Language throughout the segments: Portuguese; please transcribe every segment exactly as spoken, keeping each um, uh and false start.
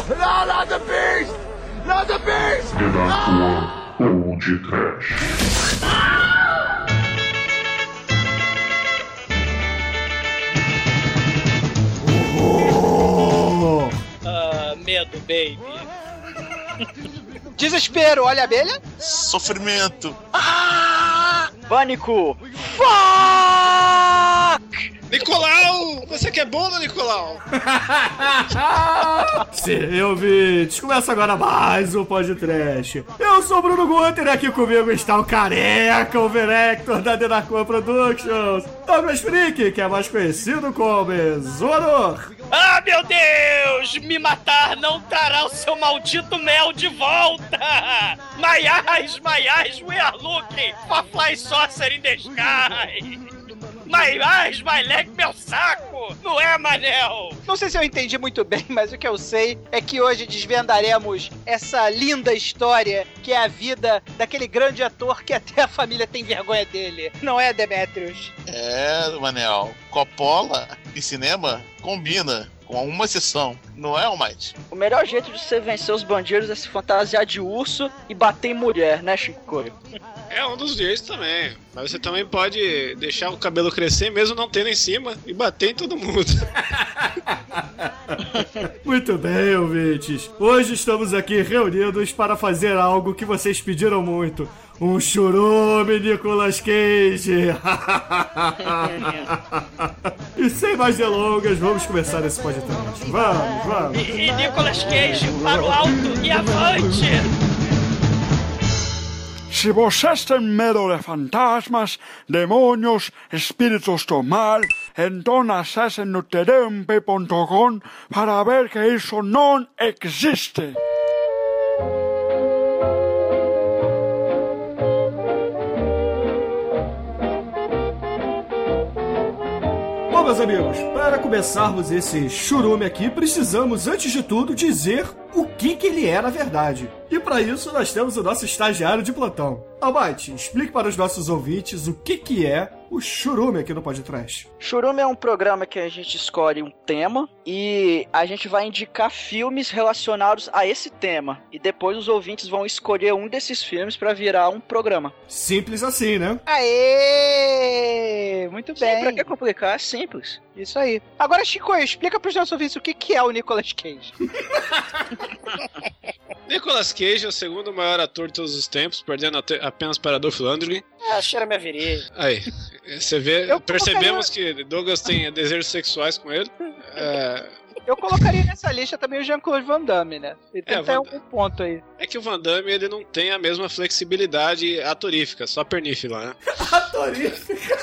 No, not the beast! Not the beast! Denarcoa Old Trash. Oh. Ah, medo, baby. Desespero, olha a abelha. Sofrimento. Ah! Pânico. Fuck! Nicolau! Você que é bom, Nicolau? Sim, ouvintes, começa agora mais um podcast. Eu sou o Bruno Guter e aqui comigo está o careca, o Verector da Denarcoa Productions, Douglas Freak, que é mais conhecido como Exorador. Ah, meu Deus! Me matar não trará o seu maldito mel de volta! My eyes, my eyes, we are looking for fly saucer in the sky! My eyes, my leg, meu saco! Não é, Manel? Não sei se eu entendi muito bem, mas o que eu sei é que hoje desvendaremos essa linda história que é a vida daquele grande ator que até a família tem vergonha dele. Não é, Demetrius? É, Manel. Coppola e cinema combina. Com uma exceção, não é, Almighty? O melhor jeito de você vencer os bandidos é se fantasiar de urso e bater em mulher, né, Chico? É um dos jeitos também. Mas você também pode deixar o cabelo crescer mesmo não tendo em cima e bater em todo mundo. Muito bem, ouvintes. Hoje estamos aqui reunidos para fazer algo que vocês pediram muito. Um churume, Nicolas Cage! E sem mais delongas, vamos começar esse podcast. Vamos, vamos! E, e Nicolas Cage para o alto e avante! Se vocês têm medo de fantasmas, demônios, espíritos do mal, então acessem no t d m p ponto com para ver que isso não existe. Bom, meus amigos, para começarmos esse churume aqui, precisamos, antes de tudo, dizer o que que ele é na verdade. E para isso, nós temos o nosso estagiário de plantão. Almighty, explique para os nossos ouvintes o que que é o churume aqui no Podcast. Churume é um programa que a gente escolhe um tema e a gente vai indicar filmes relacionados a esse tema. E depois os ouvintes vão escolher um desses filmes para virar um programa. Simples assim, né? Aê! Muito bem. Sim, pra que complicar? É simples. Isso aí. Agora, Chico, explica pros nossos ouvintes o que que é o Nicolas Cage. Nicolas Cage é o segundo maior ator de todos os tempos, perdendo apenas para Dolph Lundgren. Ah, cheira minha virilha. Aí, você vê, Eu percebemos colocaria... que Douglas tem desejos sexuais com ele. É... Eu colocaria nessa lista também o Jean-Claude Van Damme, né? Ele tem É, até Van... algum ponto aí. É que o Van Damme, ele não tem a mesma flexibilidade atorífica, só pernífila, né? Atorífica!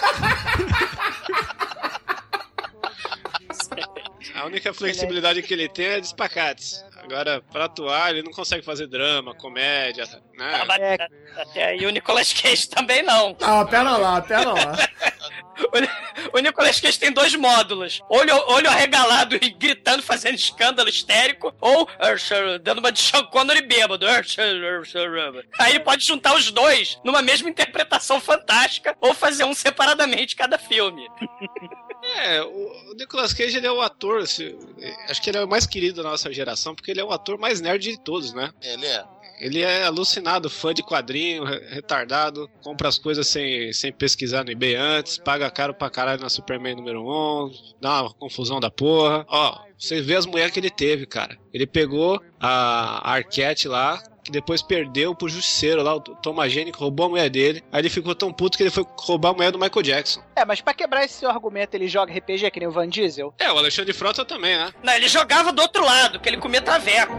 A única flexibilidade que ele tem é de espacates. Agora, pra atuar, ele não consegue fazer drama, comédia, né? Ah, mas É. até aí o Nicolas Cage também não. Ah, pera lá, pera lá. O, o Nicolas Cage tem dois módulos. Olho, olho arregalado e gritando, fazendo escândalo histérico, ou dando uma de Sean Connery bêbado. Aí ele pode juntar os dois numa mesma interpretação fantástica, ou fazer um separadamente cada filme. É, o Nicolas Cage, ele é o ator, assim, acho que ele é o mais querido da nossa geração, porque ele é o ator mais nerd de todos, né? Ele é. Ele é alucinado, fã de quadrinho, retardado, compra as coisas sem, sem pesquisar no eBay antes, paga caro pra caralho na Superman número um, dá uma confusão da porra. Ó, você vê as mulheres que ele teve, cara. Ele pegou a Arquette lá, que depois perdeu pro Justiceiro lá, o Thomas Jane, que roubou a mulher dele. Aí ele ficou tão puto que ele foi roubar a mulher do Michael Jackson. É, mas pra quebrar esse seu argumento, ele joga R P G que nem o Van Diesel? É, o Alexandre Frota também, né? Não, ele jogava do outro lado, que ele comia traveco.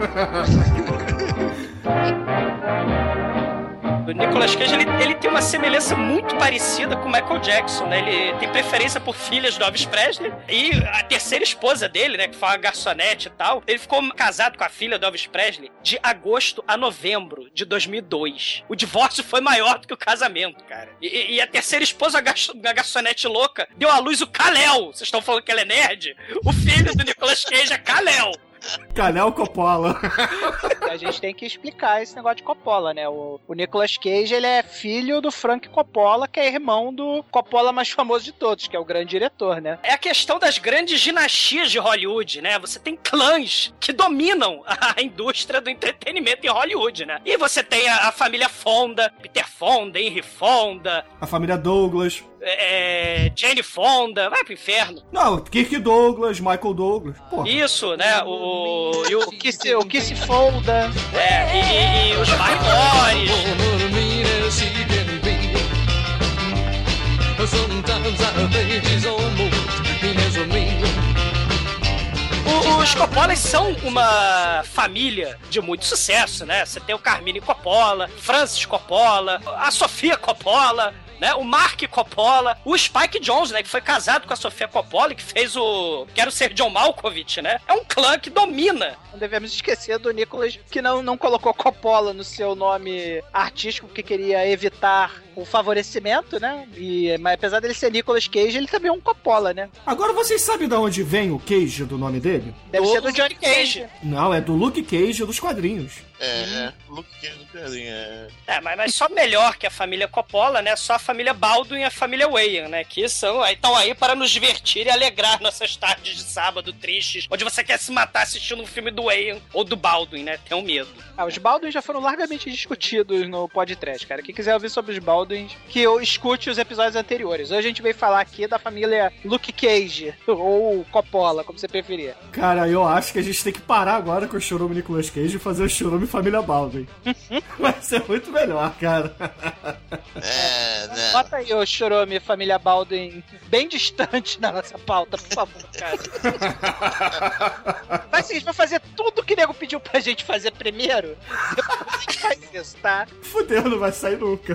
O Nicolas Cage, ele, ele tem uma semelhança muito parecida com o Michael Jackson, né? Ele tem preferência por filhas do Elvis Presley. E a terceira esposa dele, né? Que foi uma garçonete e tal. Ele ficou casado com a filha do Elvis Presley de agosto a novembro de dois mil e dois. O divórcio foi maior do que o casamento, cara. E, e a terceira esposa, a, garço, a garçonete louca, deu à luz o Kal-El. Vocês estão falando que ela é nerd? O filho do Nicolas Cage é Kal-El. Kal-El Coppola. A gente tem que explicar esse negócio de Coppola, né? O, o Nicolas Cage, ele é filho do Frank Coppola, que é irmão do Coppola mais famoso de todos, que é o grande diretor, né? É a questão das grandes dinastias de Hollywood, né? Você tem clãs que dominam a indústria do entretenimento em Hollywood, né? E você tem a, a família Fonda, Peter Fonda, Henry Fonda, A família Douglas. é, Jane Fonda, vai pro inferno. Não, Kirk Douglas, Michael Douglas. Porra. Isso, né? O, e o, O que se, o que se folda. é, e, e- e os maiores. O- Os Coppolas são uma família de muito sucesso, né? Você tem o Carmine Coppola, Francis Coppola, a Sofia Coppola, né? O Mark Coppola, o Spike Jonze, né? Que foi casado com a Sofia Coppola e que fez o Quero Ser John Malkovich, né? É um clã que domina. Não devemos esquecer do Nicolas, que não, não colocou Coppola no seu nome artístico, porque queria evitar o favorecimento, né? E, mas apesar dele ser Nicolas Cage, ele também é um Coppola, né? Agora vocês sabem de onde vem o Cage do nome dele? Deve Do ser do Luke Johnny Cage. Cage. Não, é do Luke Cage dos quadrinhos. É, é. Luke Cage do Carinha. É. É, mas, mas só melhor que a família Coppola, né? Só a família Baldwin e a família Wayans, né? Que são, estão aí para nos divertir e alegrar nossas tardes de sábado tristes, onde você quer se matar assistindo um filme do Wayans ou do Baldwin, né? Tem um medo. Ah, os Baldwin já foram largamente discutidos no podcast, cara. Quem quiser ouvir sobre os Baldwin, que eu escute os episódios anteriores. Hoje a gente veio falar aqui da família Luke Cage, ou Coppola, como você preferir. Cara, eu acho que a gente tem que parar agora com o Chorume Nicolas Cage e fazer o Chorume Família Baldwin. Vai ser muito melhor, cara. É, né? Bota aí o Chorome Família Baldwin bem distante na nossa pauta, por favor, cara. Mas assim, a gente vai fazer tudo que o nego pediu pra gente fazer primeiro, depois a gente faz isso, tá? Fudeu, não vai sair nunca.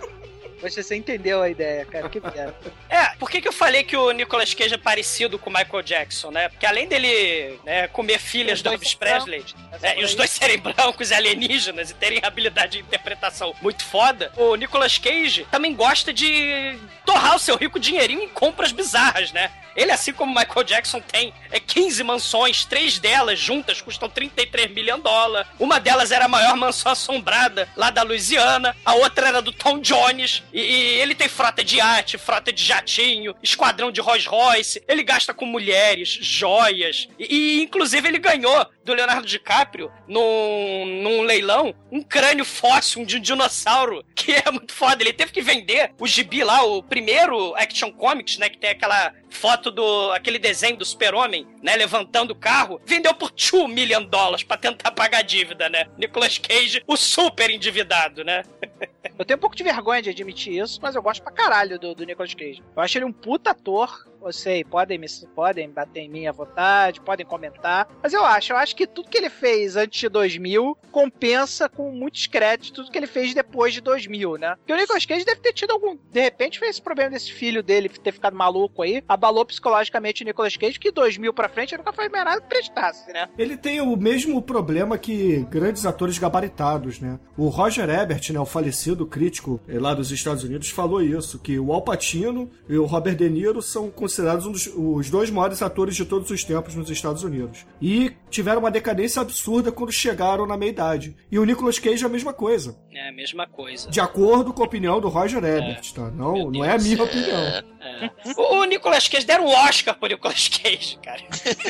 Você, você entendeu a ideia, cara, que merda. É, por que que eu falei que o Nicolas Cage é parecido com o Michael Jackson, né? Porque além dele, né, comer filhas Os do dois Elvis são Presley, brancos, né, e os dois serem brancos e alienígenas e terem habilidade de interpretação muito foda, o Nicolas Cage também gosta de torrar o seu rico dinheirinho em compras bizarras, né? Ele, assim como o Michael Jackson, tem é, quinze mansões, três delas juntas custam trinta e três milhões de dólares. Uma delas era a maior mansão assombrada lá da Louisiana, a outra era do Tom Jones. E, e ele tem frota de iate, frota de jatinho, esquadrão de Rolls Royce. Ele gasta com mulheres, joias. E, e inclusive, ele ganhou do Leonardo DiCaprio num, num leilão um crânio fóssil de um dinossauro, que é muito foda. Ele teve que vender o gibi lá, o primeiro Action Comics, né, que tem aquela foto do aquele desenho do Super-Homem, né, levantando o carro, vendeu por dois milhões de dólares pra tentar pagar a dívida, né? Nicolas Cage, o super endividado, né? Eu tenho um pouco de vergonha de admitir isso, mas eu gosto pra caralho do, do Nicolas Cage. Eu acho ele um puta ator. Eu sei, podem, me, podem bater em mim à vontade, podem comentar. Mas eu acho, eu acho que tudo que ele fez antes de dois mil compensa com muitos créditos tudo que ele fez depois de dois mil, né? Porque o Nicolas Cage deve ter tido algum... De repente fez esse problema desse filho dele ter ficado maluco aí, abalou psicologicamente o Nicolas Cage, que dois mil pra frente nunca foi mais nada que prestasse, né? Ele tem o mesmo problema que grandes atores gabaritados, né? O Roger Ebert, né, o falecido crítico lá dos Estados Unidos, falou isso, que o Al Pacino e o Robert De Niro são considerados um dos, os dois maiores atores de todos os tempos nos Estados Unidos. E tiveram uma decadência absurda quando chegaram na meia-idade. E o Nicolas Cage é a mesma coisa. É a mesma coisa. De acordo com a opinião do Roger Ebert, tá? Não, não é a minha opinião. É. O, o Nicolas Cage, deram um Oscar pro Nicolas Cage, cara.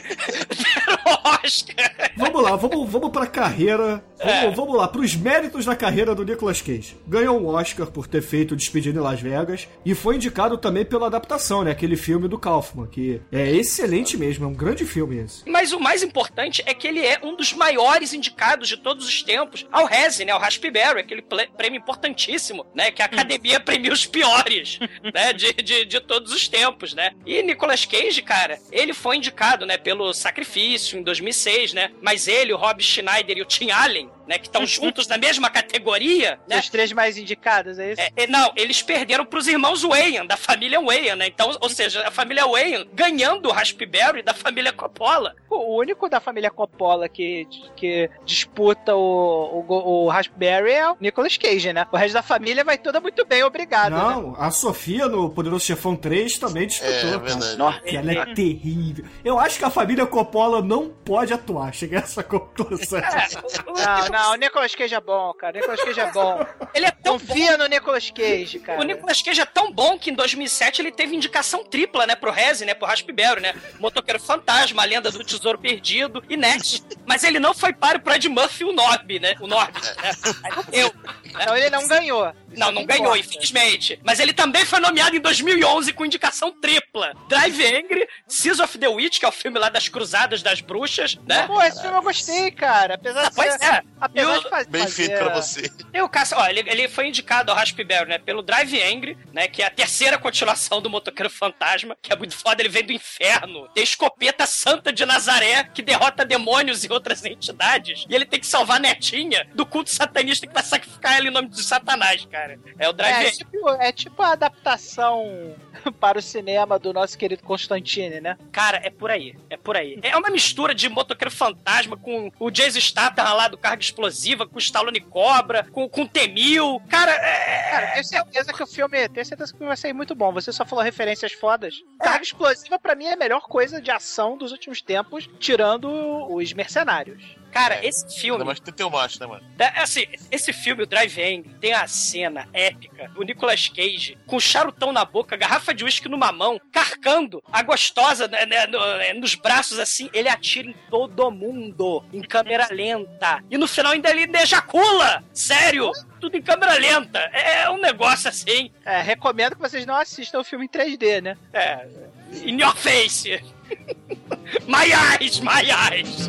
Deram um Oscar. Vamos lá, vamos, vamos pra carreira. Vamos, é. vamos lá, pros méritos da carreira do Nicolas Cage. Ganhou um Oscar por ter feito Despedido em Las Vegas e foi indicado também pela adaptação, né? Aquele filme do Kaufman, que é excelente mesmo, é um grande filme esse. Mas o mais importante é que ele é um dos maiores indicados de todos os tempos ao Razzie, né? Ao Raspberry, aquele prêmio importantíssimo, né? Que a academia premia os piores, né? De, de, de todos os tempos, né? E Nicolas Cage, cara, ele foi indicado, né? Pelo Sacrifício, em dois mil e seis, né? Mas ele, o Rob Schneider e o Tim Allen, né, que estão juntos na mesma categoria, né? Os três mais indicados, é isso? É, é, não, eles perderam pros irmãos Wayans, da família Wayans, né? Então, ou seja, a família Wayans ganhando o Raspberry da família Coppola. O único da família Coppola que, que disputa o, o, o Raspberry é o Nicolas Cage, né? O resto da família vai toda muito bem, obrigado. Não, né? a Sofia no Poderoso Chefão três também disputou. É, é verdade. Nossa, ela é terrível. Eu acho que a família Coppola não pode atuar. Chega a essa conclusão. É, não, não, o Nicolas Cage é bom, cara. O Nicolas Cage é bom. Ele é tão Confia bom. no Nicolas Cage, cara. O Nicolas Cage é tão bom que em dois mil e sete ele teve indicação tripla, né, pro Rezi, né, pro Raspberry, né? Motoqueiro Fantasma, A Lenda do Tesouro Perdido e Net. Mas ele não foi para o Ed Murphy, o Norby, né? O Norby, né? Aí eu. Então ele não ganhou. Não, não ganhou, infelizmente. Mas ele também foi nomeado em dois mil e onze com indicação tripla. Drive Angry, Seas of the Witch, que é o filme lá das Cruzadas das Bruxas, né? Pô, esse filme eu gostei, cara. Apesar de Pois ser... é. Apesar Eu- de fazer... Bem feito pra você. E o Cássio, ó, ele, ele foi indicado ao Raspberry, né, pelo Drive Angry, né, que é a terceira continuação do Motoqueiro Fantasma, que é muito foda, ele vem do inferno. Tem a escopeta santa de Nazaré, que derrota demônios e outras entidades, e ele tem que salvar a netinha do culto satanista que vai sacrificar ela em nome de Satanás, cara. É o Drive É Angry. tipo, é tipo a adaptação para o cinema do nosso querido Constantine, né? Cara, é por aí, é por aí. É uma mistura de Motoqueiro Fantasma com o Jason Statham lá do Carga Explosiva, com o Stallone Cobra, com, com o T-mil. Cara, é... Cara, tenho certeza que o filme, tenho certeza que o filme vai sair muito bom. Você só falou referências fodas. Carga Explosiva, pra mim, é a melhor coisa de ação dos últimos tempos, tirando os Mercenários. Cara, esse filme... Ainda mais que tem teu macho, né, mano? É, assim, esse filme, o Drive Angry, tem a cena épica do Nicolas Cage com charutão na boca, garrafa de uísque numa mão, carcando a gostosa né, né, no- é, nos braços assim, ele atira em todo mundo, em câmera lenta. E no final ainda ele ainda ejacula! Sério! Tudo em câmera lenta. É um negócio assim. É, recomendo que vocês não assistam o filme em três D, né? É. In your face! My eyes, my eyes!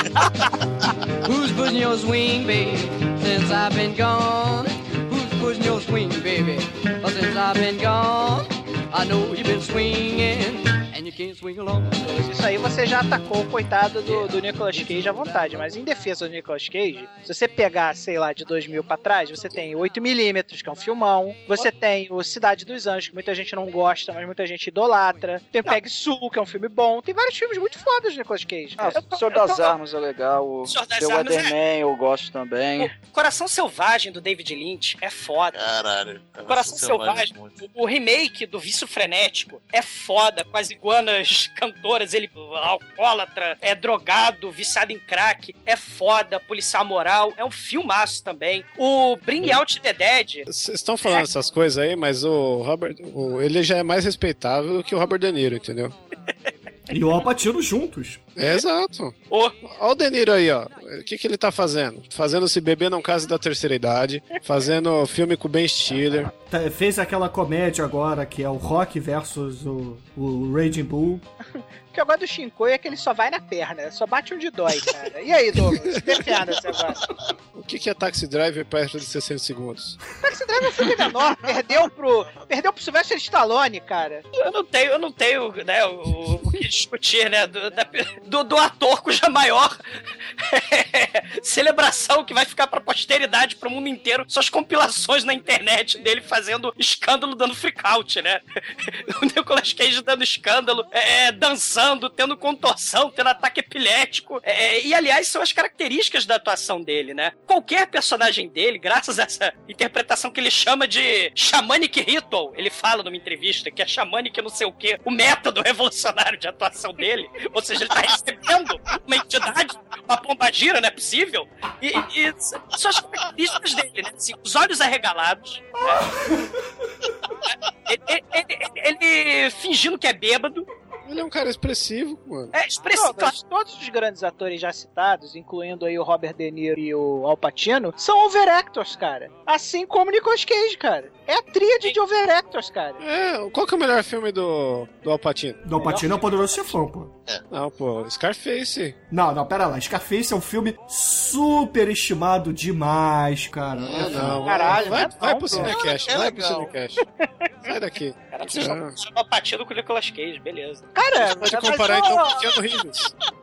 Who's pushing your swing, baby, since I've been gone? Who's pushing your swing, baby, since I've been gone? I know you've been swinging, and you can't swing along. Isso aí você já atacou o coitado do, do Nicolas Cage à vontade, mas em defesa do Nicolas Cage, se você pegar, sei lá, de dois mil pra trás, você tem oito milímetros, que é um filmão, você tem o Cidade dos Anjos, que muita gente não gosta, mas muita gente idolatra, tem o Peg Sue, que é um filme bom, tem vários filmes muito fodas do Nicolas Cage. Ah, cara. o Senhor das Armas é legal, o Senhor das The Armas é- Weatherman eu gosto também. O Coração Selvagem do David Lynch é foda. Caralho. Coração Selvagem, o, o remake do Vício Frenético é foda, com as iguanas cantoras, ele alcoólatra, é drogado, viciado em crack, é foda, policial moral, é um filmaço também. O Bring Out the Dead... Vocês estão falando essas coisas aí, mas o Robert, o- ele já é mais respeitável do que o Robert De Niro, entendeu? E o Al Pacino juntos. É, exato. Ô, Olha o De Niro aí, ó. O que, que ele tá fazendo? Fazendo Se Beber Não Case da Terceira Idade, fazendo filme com o Ben Stiller. Tá, fez aquela comédia agora que é o Rock versus o, o Raging Bull. O que eu gosto do Shinkoi é que ele só vai na perna, só bate onde dói, cara. E aí, Douglas? Defenda-se agora. O que, que é Taxi Driver perto de sessenta segundos? Taxi Driver é um filme menor, perdeu pro, perdeu pro Sylvester Stallone, cara. eu não tenho, eu não tenho, né, o, o que discutir, né, do, da- do, do ator cuja maior celebração que vai ficar pra posteridade, pro mundo inteiro, são as compilações na internet dele fazendo escândalo, dando freak out, né? O Nicolas Cage dando escândalo, é, dançando, tendo contorção, tendo ataque epilético. É, e, aliás, são as características da atuação dele, né? Qualquer personagem dele, graças a essa interpretação que ele chama de Shamanic Ritual, ele fala numa entrevista que é Shamanic não sei o quê, o método revolucionário de atuação dele, ou seja, ele tá recebendo uma entidade, uma pombagira, não é possível? E, e são as características dele, né? Assim, os olhos arregalados, né? ele, ele- ele- ele fingindo que é bêbado, Ele é um cara expressivo, mano. é expressivo. Todos, todos os grandes atores já citados, incluindo aí o Robert De Niro e o Al Pacino, são overactors, cara. Assim como o Nicolas Cage, cara. É a tríade de overactors, cara. É, qual que é o melhor filme do, do Al Pacino? Do Al Pacino é o Poderoso Chefão, pô. Não, pô, Scarface. Não, não, pera lá. Scarface é um filme super estimado demais, cara. Ah, não. Caralho, vai, não é vai não, pro pô. Cinecast, É vai pro legal. Cinecast. Sai daqui. Cara, vocês Ah. estão só batido com o Nicolas Cage, beleza. Cara, Pode mas comparar eu- então com o Keanu Reeves.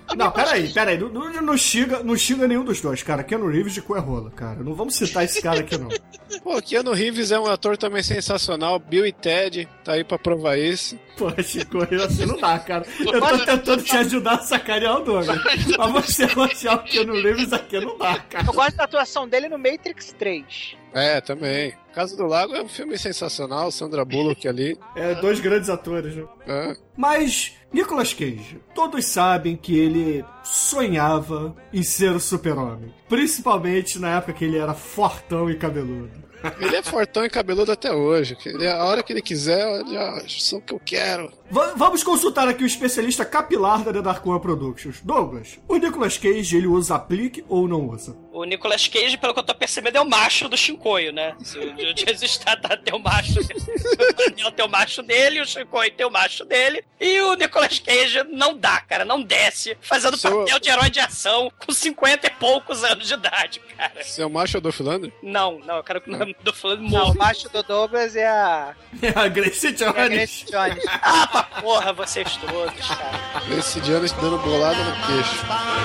Não, peraí, peraí. Não, não, não, xinga, não xinga nenhum dos dois, cara. Keanu Reeves de cu é rola, cara. Não vamos citar esse cara aqui, não. Pô, Keanu Reeves é um ator também sensacional. Bill e Ted, tá aí pra provar isso. Pô, Chico, assim não dá, cara. Eu tô tentando te ajudar a sacanear o Douglas. Mas você elogiar o Keanu Reeves aqui não dá, cara. Eu gosto da atuação dele no Matrix três. É, também. Casa do Lago é um filme sensacional, Sandra Bullock ali. É, dois grandes atores, né? É. Mas Nicolas Cage, todos sabem que ele sonhava em ser o super-homem. Principalmente na época que ele era fortão e cabeludo. Ele é fortão e cabeludo até hoje. Ele, a hora que ele quiser, olha, só o que eu quero. V- vamos consultar aqui o especialista capilar da The Dark One Productions. Douglas, o Nicolas Cage, ele usa aplique ou não usa? O Nicolas Cage, pelo que eu tô percebendo, é o macho do Shinkoio, né? O Jesus Tata tem o macho dele, o Daniel tem o macho dele, o Shinkoio tem o macho dele, e o Nicolas Cage não dá, cara, não desce, fazendo Seu... papel de herói de ação com cinquenta e poucos anos de idade, cara. Seu macho é o Dolph Lundgren? Não, não, eu quero que o nome do Lundgren Não, morra. o macho do Douglas é a... É a Grace Jones. É a Grace Jones. Ah, pra porra, vocês todos, cara. Esse dia eles dando bolada no queixo.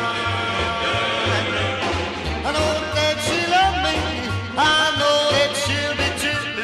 I know that she loved me. I know that she'll be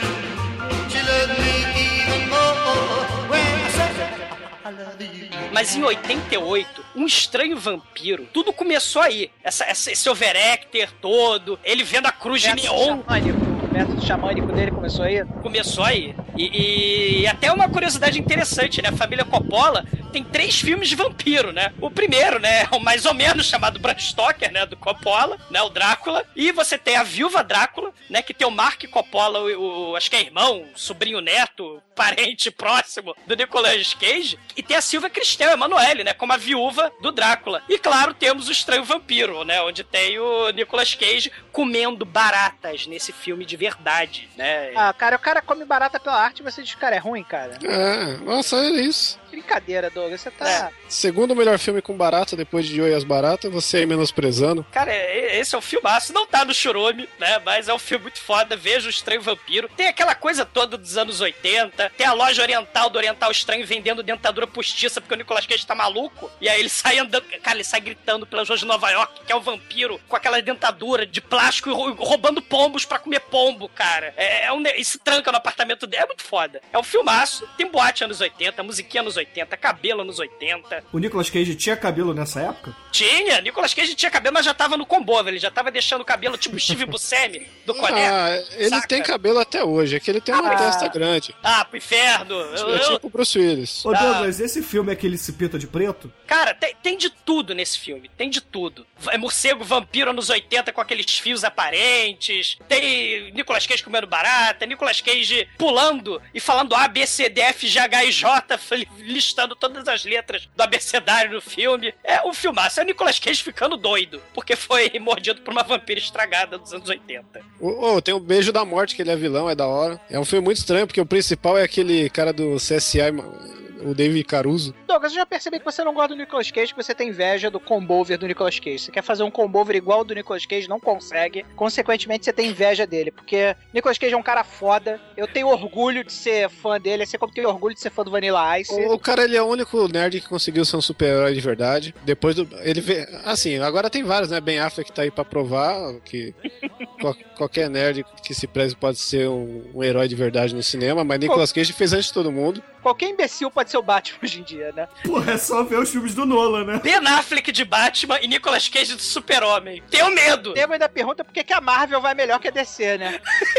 true. She loves me even more when I say I love you. Mas em oitenta e oito, Um Estranho Vampiro, tudo começou aí. Essa, essa, esse overactor todo, ele vendo a cruz de neon. O método xamânico dele começou aí? Começou aí. E, e até uma curiosidade interessante, né? A família Coppola tem três filmes de vampiro, né? O primeiro, né, é o mais ou menos chamado Bram Stoker, né, do Coppola, né, o Drácula. E você tem a Viúva Drácula, né, que tem o Mark Coppola, o, o, acho que é irmão, sobrinho neto, parente próximo do Nicolas Cage. E tem a Silvia Cristel Emanuele, né, como a viúva do Drácula. E claro, temos o Estranho Vampiro, né, onde tem o Nicolas Cage comendo baratas nesse filme de verdade, né? Ah, cara, o cara come barata pela arte e você diz que o cara é ruim, cara. É, nossa, é isso. Brincadeira, Douglas, você tá... É. Segundo melhor filme com barata, depois de Oi as Baratas, você aí menosprezando. Cara, esse é um filmaço, não tá no Churume, né, mas é um filme muito foda, veja o Estranho Vampiro. Tem aquela coisa toda dos anos oitenta, tem a loja oriental do Oriental Estranho vendendo dentadura postiça, porque o Nicolas Cage tá maluco, e aí ele sai andando, cara, ele sai gritando pelas ruas de Nova York, que é o vampiro, com aquela dentadura de plástico e roubando pombos pra comer pombo, cara. É, é um, e se tranca no apartamento dele, é muito foda. É um filmaço, tem boate anos oitenta, musiquinha anos oitenta, cabelo anos oitenta. O Nicolas Cage tinha cabelo nessa época? Tinha, Nicolas Cage tinha cabelo, mas já tava no combovo, ele já tava deixando o cabelo tipo Steve Buscemi, do Coné. Ah, ele saca? tem cabelo até hoje, é que ele tem uma Ah. testa grande. Ah, pro inferno. Eu- É eu- tipo o Bruce Willis. Ô Douglas, esse filme é aquele se pinta de preto? Cara, tem, tem de tudo nesse filme, tem de tudo. É morcego vampiro anos oitenta com aqueles fios aparentes, tem Nicolas Cage comendo barata, Nicolas Cage pulando e falando A, B, C, D, F, G, H I, J, listando todas as letras do abecedário no filme. É um filmaço, é o Nicolas Cage ficando doido, porque foi mordido por uma vampira estragada dos anos oitenta. Ô, ô, tem o Beijo da Morte, que ele é vilão, é da hora. É um filme muito estranho, porque o principal é aquele cara do C S I, o David Caruso. Douglas, eu já percebi que você não gosta do Nicolas Cage, que você tem inveja do combover do Nicolas Cage. Você quer fazer um combover igual ao do Nicolas Cage, não consegue. Consequentemente, você tem inveja dele, porque Nicolas Cage é um cara foda. Eu tenho orgulho de ser fã dele, assim como tenho orgulho de ser fã do Vanilla Ice. O, o cara, ele é o único nerd que conseguiu ser um super-herói de verdade. Depois do... Ele vê... Assim, agora tem vários, né? Ben Affleck tá aí pra provar que qual- qualquer nerd que se preze pode ser um, um herói de verdade no cinema, mas Nicolas Cage fez antes de todo mundo. Qualquer imbecil pode ser o Batman hoje em dia, né? Porra, é só ver os filmes do Nolan, né? Ben Affleck de Batman e Nicolas Cage de Super-Homem. Tenho medo! Tema ainda pergunta por que que a Marvel vai melhor que a D C, né?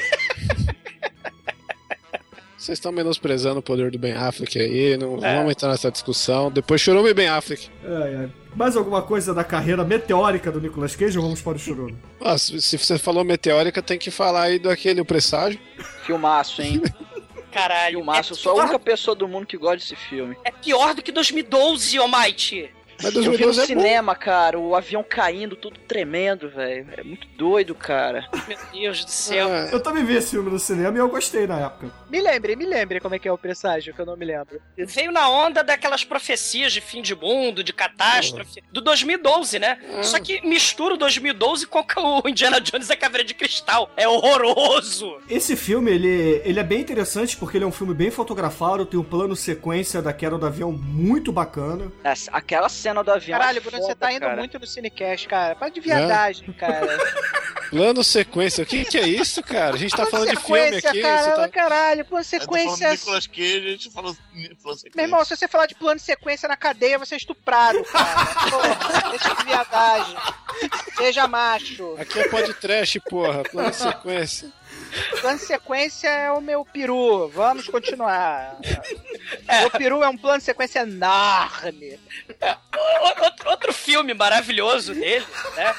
Vocês estão menosprezando o poder do Ben Affleck aí, não É. vamos entrar nessa discussão. Depois chorou e Ben Affleck. Ai, ai. Mais alguma coisa da carreira meteórica do Nicolas Cage ou vamos para o churume? Ah, se, se você falou meteórica, tem que falar aí do aquele o presságio. Filmaço, hein? Caralho. Filmaço. Eu é sou a pior- única pessoa do mundo que gosta desse filme. É pior do que dois mil e doze, Almighty. Mas Eu vi no dois mil e doze é bom. cinema, cara, o avião caindo, tudo tremendo, velho. É muito doido, cara. Meu Deus do céu. Ah, Eu também vi esse filme no cinema e eu gostei na época. Me lembre, me lembre como é que é o presságio, que eu não me lembro. Veio na onda daquelas profecias de fim de mundo, de catástrofe, do dois mil e doze, né? Só que mistura o dois mil e doze com o Indiana Jones e a Caveira de Cristal. É horroroso. Esse filme, ele, ele é bem interessante porque ele é um filme bem fotografado, tem um plano sequência da queda do avião muito bacana. Essa- Aquela cena cena do avião. Caralho, é Bruno, foda, você tá indo cara. muito no Cinecast, cara. Para de viadagem, cara. Plano sequência, o que que é isso, cara? A gente tá falando de filme Sequência, aqui. cara, Você tá... caralho, plano Eu tô sequência. falando de Nicolas Cage, a gente falou de plano sequência. Meu irmão, se você falar de plano de sequência na cadeia, você é estuprado, cara. Porra, deixa de viadagem. Seja macho. Aqui é podcast, porra. Plano sequência. Plano de sequência é o meu peru. Vamos continuar. Meu peru é um plano de sequência enorme. É, outro, outro filme maravilhoso dele, né?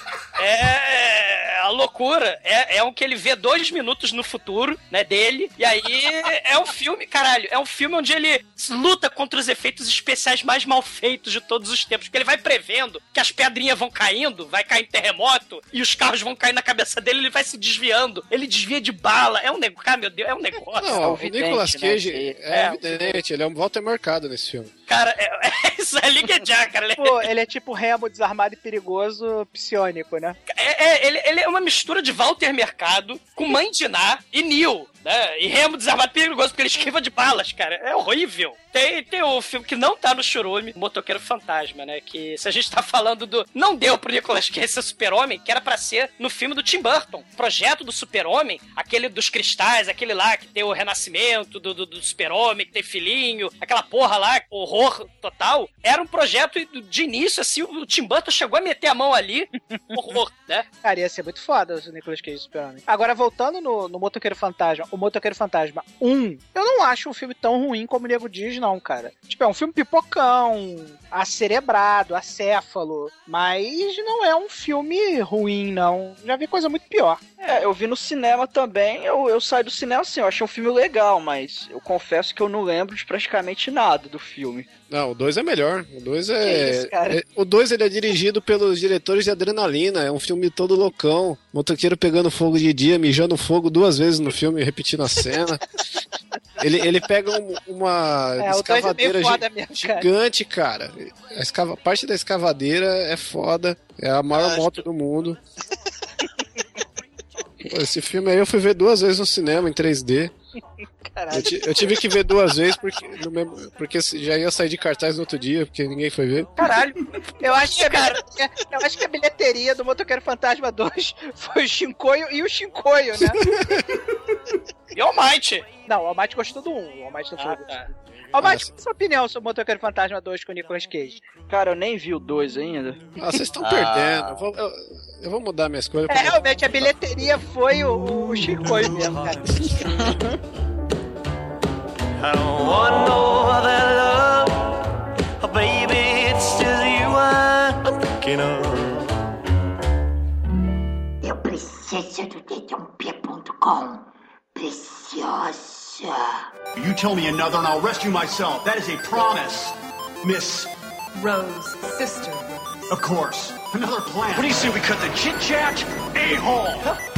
É a loucura. É, é um que ele vê dois minutos no futuro, né? Dele. E aí é um filme, caralho, é um filme onde ele luta contra os efeitos especiais mais mal feitos de todos os tempos. Porque ele vai prevendo que as pedrinhas vão caindo, vai cair em terremoto, e os carros vão cair na cabeça dele, ele vai se desviando. Ele desvia de bala. É um negócio. Ah, meu Deus, é um negócio. Não, É o evidente, Nicolas Cage né? é, É. evidente, ele é um Walter Mercado nesse filme. Cara, é, é isso é Liga já, cara. Ele- Pô, ele é tipo Remo desarmado e perigoso psionico, né? É, é, ele, ele é uma mistura de Walter Mercado com Mãe de Ná e Neo, né? E Remo desarmado e perigoso, porque ele esquiva de balas, cara. É horrível. Tem, tem o filme que não tá no Churume, Motoqueiro Fantasma, né? Que se a gente tá falando do... Não deu pro Nicolas Cage ser Super-Homem, que era pra ser no filme do Tim Burton. O projeto do Super-Homem, aquele dos cristais, aquele lá que tem o renascimento do, do, do Super-Homem, que tem filhinho, aquela porra lá, horror total, era um projeto de início, assim, o Tim Burton chegou a meter a mão ali, horror, né? Cara, ia ser muito foda o Nicolas Cage Super-Homem. Agora, voltando no, no Motoqueiro Fantasma, o Motoqueiro Fantasma um, eu não acho um filme tão ruim como o nego diz, não, cara. Tipo, é um filme pipocão, acerebrado, acéfalo, mas não é um filme ruim, não. Já vi coisa muito pior. É, eu vi no cinema também, eu, eu saí do cinema assim, eu achei um filme legal, mas eu confesso que eu não lembro de praticamente nada do filme. Não, o dois é melhor. O dois Que é. isso, cara? é- o dois ele é dirigido pelos diretores de Adrenalina. É um filme todo loucão. Motoqueiro pegando fogo de dia, mijando fogo duas vezes no filme, repetindo a cena. ele, ele pega um- uma É, o dois é escavadeira meio foda gi- mesmo, cara. gigante, cara. A escava- parte da escavadeira é foda. É a maior Acho- moto do mundo. Pô, esse filme aí eu fui ver duas vezes no cinema, em três D. Caralho. Eu, ti- eu tive que ver duas vezes porque, no mesmo- porque já ia sair de cartaz no outro dia, porque ninguém foi ver. Caralho. Eu acho que a bilheteria, eu acho que a bilheteria do Motoqueiro Fantasma dois foi o Shinkoio e o Shinkoio, né? E o Almighty. Não, o Almighty gostou do um. O Almighty não Ah, falou. tá. Almighty, Ah, qual a sua opinião sobre o Motoqueiro Fantasma dois com o Nicolas Cage? Cara, eu nem vi o dois ainda. Ah, vocês estão Ah. perdendo. Eu vou, eu, eu vou mudar minha escolha. É, pra- realmente, a bilheteria foi o, o Shinkoio mesmo, cara. I don't want no other love, oh, baby, it's just you I'm thinking of. Eu preciso do dedo um pé ponto com. Preciosa. You tell me another and I'll rescue myself. That is a promise, Miss. Rose, sister Rose. Of course. Another plan. What do you say we cut the chit chat? A-hole.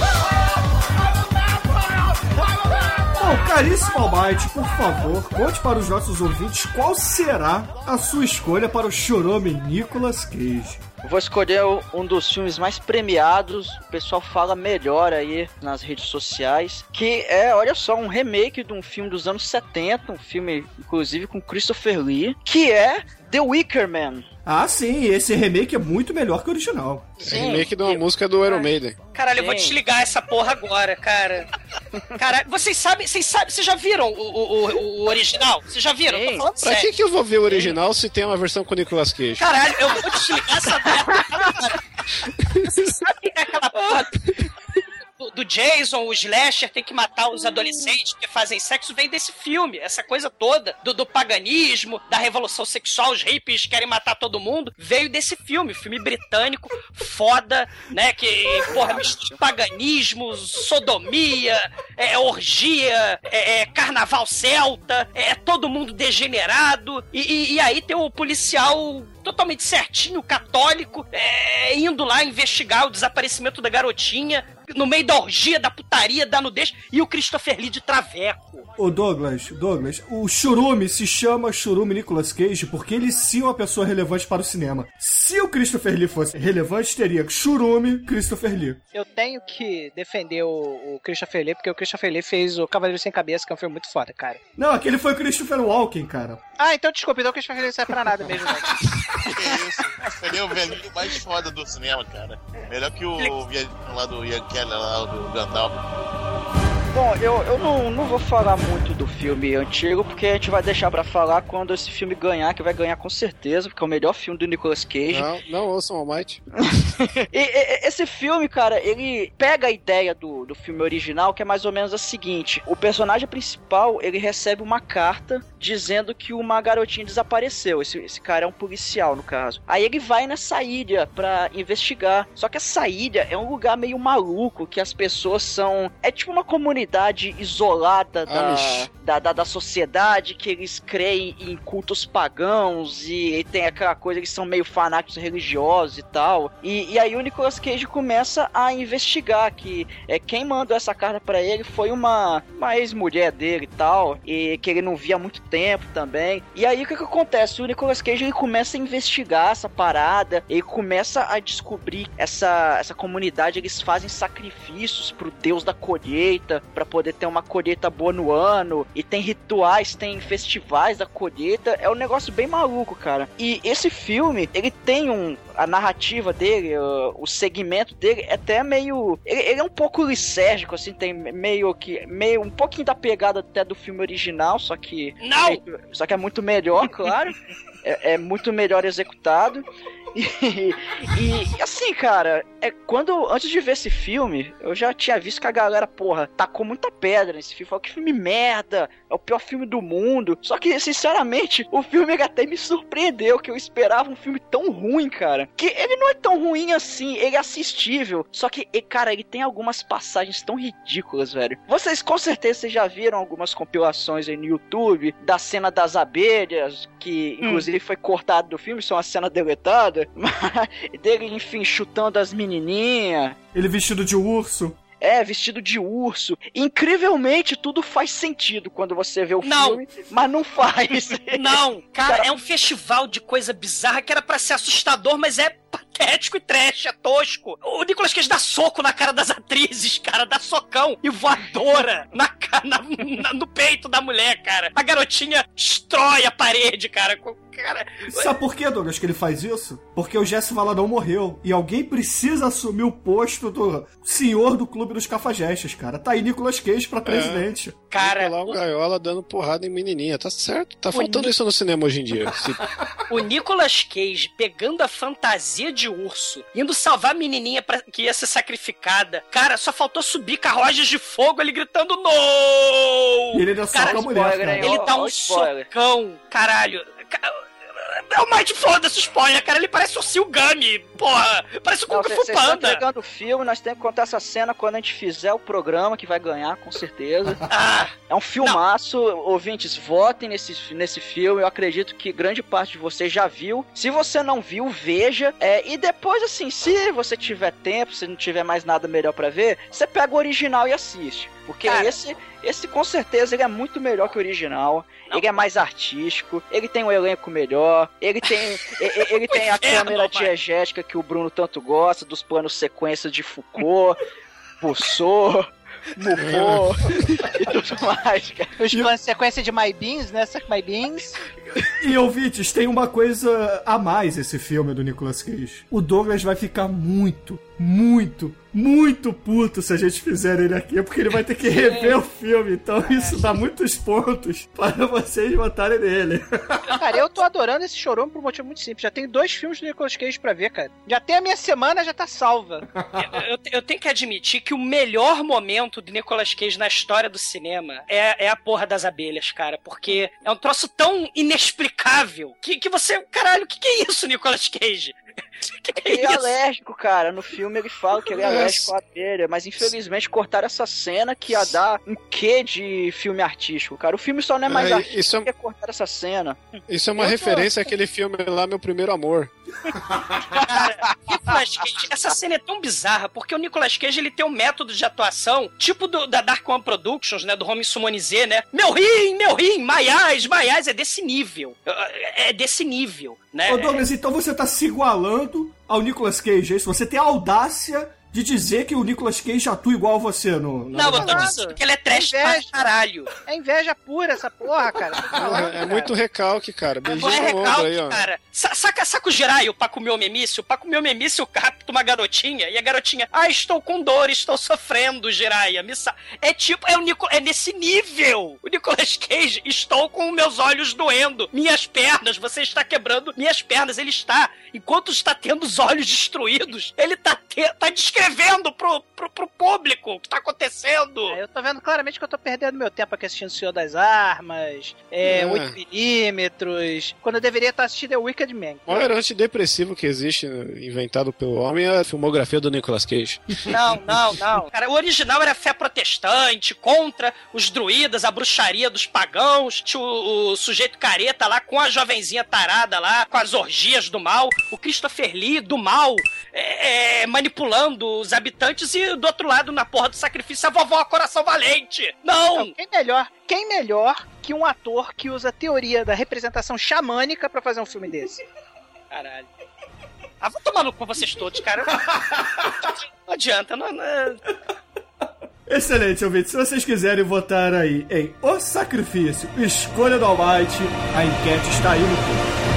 Bom, caríssimo Almighty, por favor, conte para os nossos ouvintes qual será a sua escolha para o Churume Nicolas Cage. Eu vou escolher o- um dos filmes mais premiados, o pessoal fala melhor aí nas redes sociais, que é, olha só, um remake de um filme dos anos setenta, um filme, inclusive, com Christopher Lee, que é The Wicker Man. Ah, sim, esse remake é muito melhor que o original. É remake de uma música do Iron Maiden. Caralho, eu vou desligar essa porra agora, cara. Caralho, vocês sabem, vocês sabem, vocês já viram o, o, o- o original? Vocês já viram? Eu tô falando Pra sério. que, que eu vou ver o original se tem uma versão com o Nicolas Cage? Caralho, eu vou desligar essa merda. Cara. Você sabe que aquela porra do, do Jason, o slasher, tem que matar os adolescentes que fazem sexo, vem desse filme. Essa coisa toda do, do paganismo, da revolução sexual, os hippies querem matar todo mundo, veio desse filme. Filme britânico, foda, né? Que, porra, mistura paganismo, sodomia, é, orgia, é, é, carnaval celta, é todo mundo degenerado. E, e, e aí tem o policial totalmente certinho, católico, é, indo lá investigar o desaparecimento da garotinha. no meio da orgia, da putaria, da nudez, e o Christopher Lee de traveco. Ô Douglas, Douglas, o Churume se chama Churume Nicolas Cage porque ele sim é uma pessoa relevante para o cinema. Se o Christopher Lee fosse relevante, teria Churume Christopher Lee. Eu tenho que defender o, o Christopher Lee, porque o Christopher Lee fez o Cavaleiro Sem Cabeça, que é um filme muito foda, cara. Não, aquele foi o Christopher Walken, cara. Ah, então desculpa, então o Christopher Lee não serve pra nada mesmo, né? Que isso? Ele é o velhinho mais foda do cinema, cara. Melhor que o velhinho lá do Ian Keller, lá do Gandalf. Bom, eu, eu não, não vou falar muito do filme antigo, porque a gente vai deixar pra falar quando esse filme ganhar, que vai ganhar com certeza, porque é o melhor filme do Nicolas Cage. Não, não ouçam All Might. e, e, esse filme, cara, ele pega a ideia do, do filme original, que é mais ou menos a seguinte: o personagem principal, ele recebe uma carta dizendo que uma garotinha desapareceu. Esse, esse cara é um policial, no caso. Aí ele vai nessa ilha pra investigar. Só que essa ilha é um lugar meio maluco, que as pessoas são... É tipo uma comunidade isolada da, da, da, da sociedade, que eles creem em cultos pagãos e, e tem aquela coisa, eles são meio fanáticos religiosos e tal. E, e aí o Nicolas Cage começa a investigar que é, quem mandou essa carta pra ele foi uma, uma ex-mulher dele e tal, e que ele não via há muito tempo também. E aí o que que acontece? O Nicolas Cage ele começa a investigar essa parada, ele começa a descobrir essa, essa comunidade, eles fazem sacrifícios pro deus da colheita, pra poder ter uma colheita boa no ano, e tem rituais, tem festivais da colheita, é um negócio bem maluco, cara. E esse filme, ele tem um... a narrativa dele, o, o segmento dele é até meio... Ele, ele é um pouco lisérgico, assim, tem meio que... meio um pouquinho da pegada até do filme original, só que... Não! É, só que é muito melhor, claro. é, é muito melhor executado. E, e assim, cara, é, quando, antes de ver esse filme, eu já tinha visto que a galera, porra, tacou muita pedra nesse filme. Falou que filme merda, é o pior filme do mundo. Só que, sinceramente, o filme até me surpreendeu, que eu esperava um filme tão ruim, cara. Que ele não é tão ruim assim, ele é assistível. Só que, cara, ele tem algumas passagens tão ridículas, velho. Vocês, com certeza, vocês já viram algumas compilações aí no YouTube da cena das abelhas, que, inclusive, hum. foi cortado do filme, isso é uma cena deletada. Dele, enfim, chutando as menininhas. Ele vestido de urso. É, vestido de urso. Incrivelmente, tudo faz sentido quando você vê o não. filme, mas não faz. Não, cara, cara, é um festival de coisa bizarra que era pra ser assustador, mas é patético e trash, é tosco. O Nicolas Cage dá soco na cara das atrizes, cara, dá socão e voadora na, na, na, no peito da mulher, cara. A garotinha destrói a parede, cara. cara. Sabe por que, Douglas, que ele faz isso? Porque o Jesse Valadão morreu e alguém precisa assumir o posto do senhor do Clube dos Cafajestes, cara. Tá aí Nicolas Cage pra presidente. É, cara, o Gaiola dando porrada em menininha, tá certo? Tá faltando o... isso no cinema hoje em dia. Se... O Nicolas Cage pegando a fantasia de urso, indo salvar a menininha pra... que ia ser sacrificada. Cara, só faltou subir carruagens de fogo, ele gritando no. E ele ainda soca a mulher, cara. Ele dá um socão, caralho. É o mais de foda-se spoiler, cara. Ele parece o Silgami, porra. Parece o Kung Fu Panda. Vocês estão o filme, nós temos que contar essa cena quando a gente fizer o programa, que vai ganhar, com certeza. Ah, é um filmaço. Não. Ouvintes, votem nesse, nesse filme. Eu acredito que grande parte de vocês já viu. Se você não viu, veja. É, e depois, assim, se você tiver tempo, se não tiver mais nada melhor pra ver, você pega o original e assiste. Porque cara, esse, esse, com certeza, ele é muito melhor que o original. Não. Ele é mais artístico. Ele tem um elenco melhor. Ele tem, ele, ele tem a câmera diegética que o Bruno tanto gosta, dos planos sequências de Foucault, Rousseau, Mufo e tudo mais, cara. Os planos sequência de My Beans, né? My Beans. E, ouvintes, tem uma coisa a mais esse filme do Nicolas Cage. O Douglas vai ficar muito, muito, muito puto se a gente fizer ele aqui, porque ele vai ter que rever é. o filme. Então isso dá muitos pontos para vocês votarem nele. Cara, eu tô adorando esse chorume por um motivo muito simples. Já tenho dois filmes do Nicolas Cage pra ver, cara. Já tem a minha semana, já tá salva. Eu, eu, eu tenho que admitir que o melhor momento do Nicolas Cage na história do cinema é, é a porra das abelhas, cara. Porque é um troço tão inexplicável que, que você... Caralho, o que, que é isso, Nicolas Cage? que que Ele é é isso? alérgico, cara. No filme ele fala que ele é alérgico à abelha, mas infelizmente cortaram essa cena que ia dar um quê de filme artístico, cara. O filme só não é mais É, artístico isso é- porque cortaram essa cena. Isso é uma Eu tô- referência àquele filme lá, Meu Primeiro Amor. Cara, Nicolas Cage, essa cena é tão bizarra, porque o Nicolas Cage, ele tem um método de atuação, tipo do, da Dark One Productions, né, do Romy Sumonizé, né? Meu rim, meu rim, maiás, maiás, é desse nível. É desse nível, né? Ô Douglas, então você tá se igualando ao Nicolas Cage, é isso? Você tem a audácia de dizer que o Nicolas Cage atua igual a você no... Não, eu tô dizendo que ele é trash pra Inveja. caralho. É inveja pura essa porra, cara. Tô falando, É, é muito recalque, cara. Beijinho Não é no ombro aí, recalque, ó. cara. Sa- Saca, saca o Jiraiya, o Paco Meu Memício? O Paco Meu Memício capta uma garotinha e a garotinha, ah, estou com dor, estou sofrendo, Jiraiya. Me sa... É tipo, é, o Nico... é nesse nível. O Nicolas Cage, estou com meus olhos doendo, minhas pernas, você está quebrando minhas pernas. Ele está, enquanto está tendo os olhos destruídos, ele tá, te... tá descrevendo pro, pro, pro público o que tá acontecendo. É, eu tô vendo claramente que eu tô perdendo meu tempo aqui assistindo O Senhor das Armas, é, É. oito milímetros, quando eu deveria estar assistindo The Wicked Man. O maior antidepressivo que existe, inventado pelo homem, é a filmografia do Nicolas Cage. Não, não, não. Cara, o original era fé protestante, contra os druidas, a bruxaria dos pagãos, tinha o, o sujeito careta lá com a jovenzinha tarada lá, com as orgias do mal, o Christopher Lee do mal, é, é, manipulando os habitantes e do outro lado, na porra do sacrifício, a vovó Coração Valente. Não! Não, quem melhor, quem melhor que um ator que usa a teoria da representação xamânica pra fazer um filme desse? Caralho. Ah, vou tomar no cu vocês todos, cara. Não adianta, não... não... Excelente, ouvintes. Se vocês quiserem votar aí em O Sacrifício, Escolha do Almighty, a enquete está aí no post.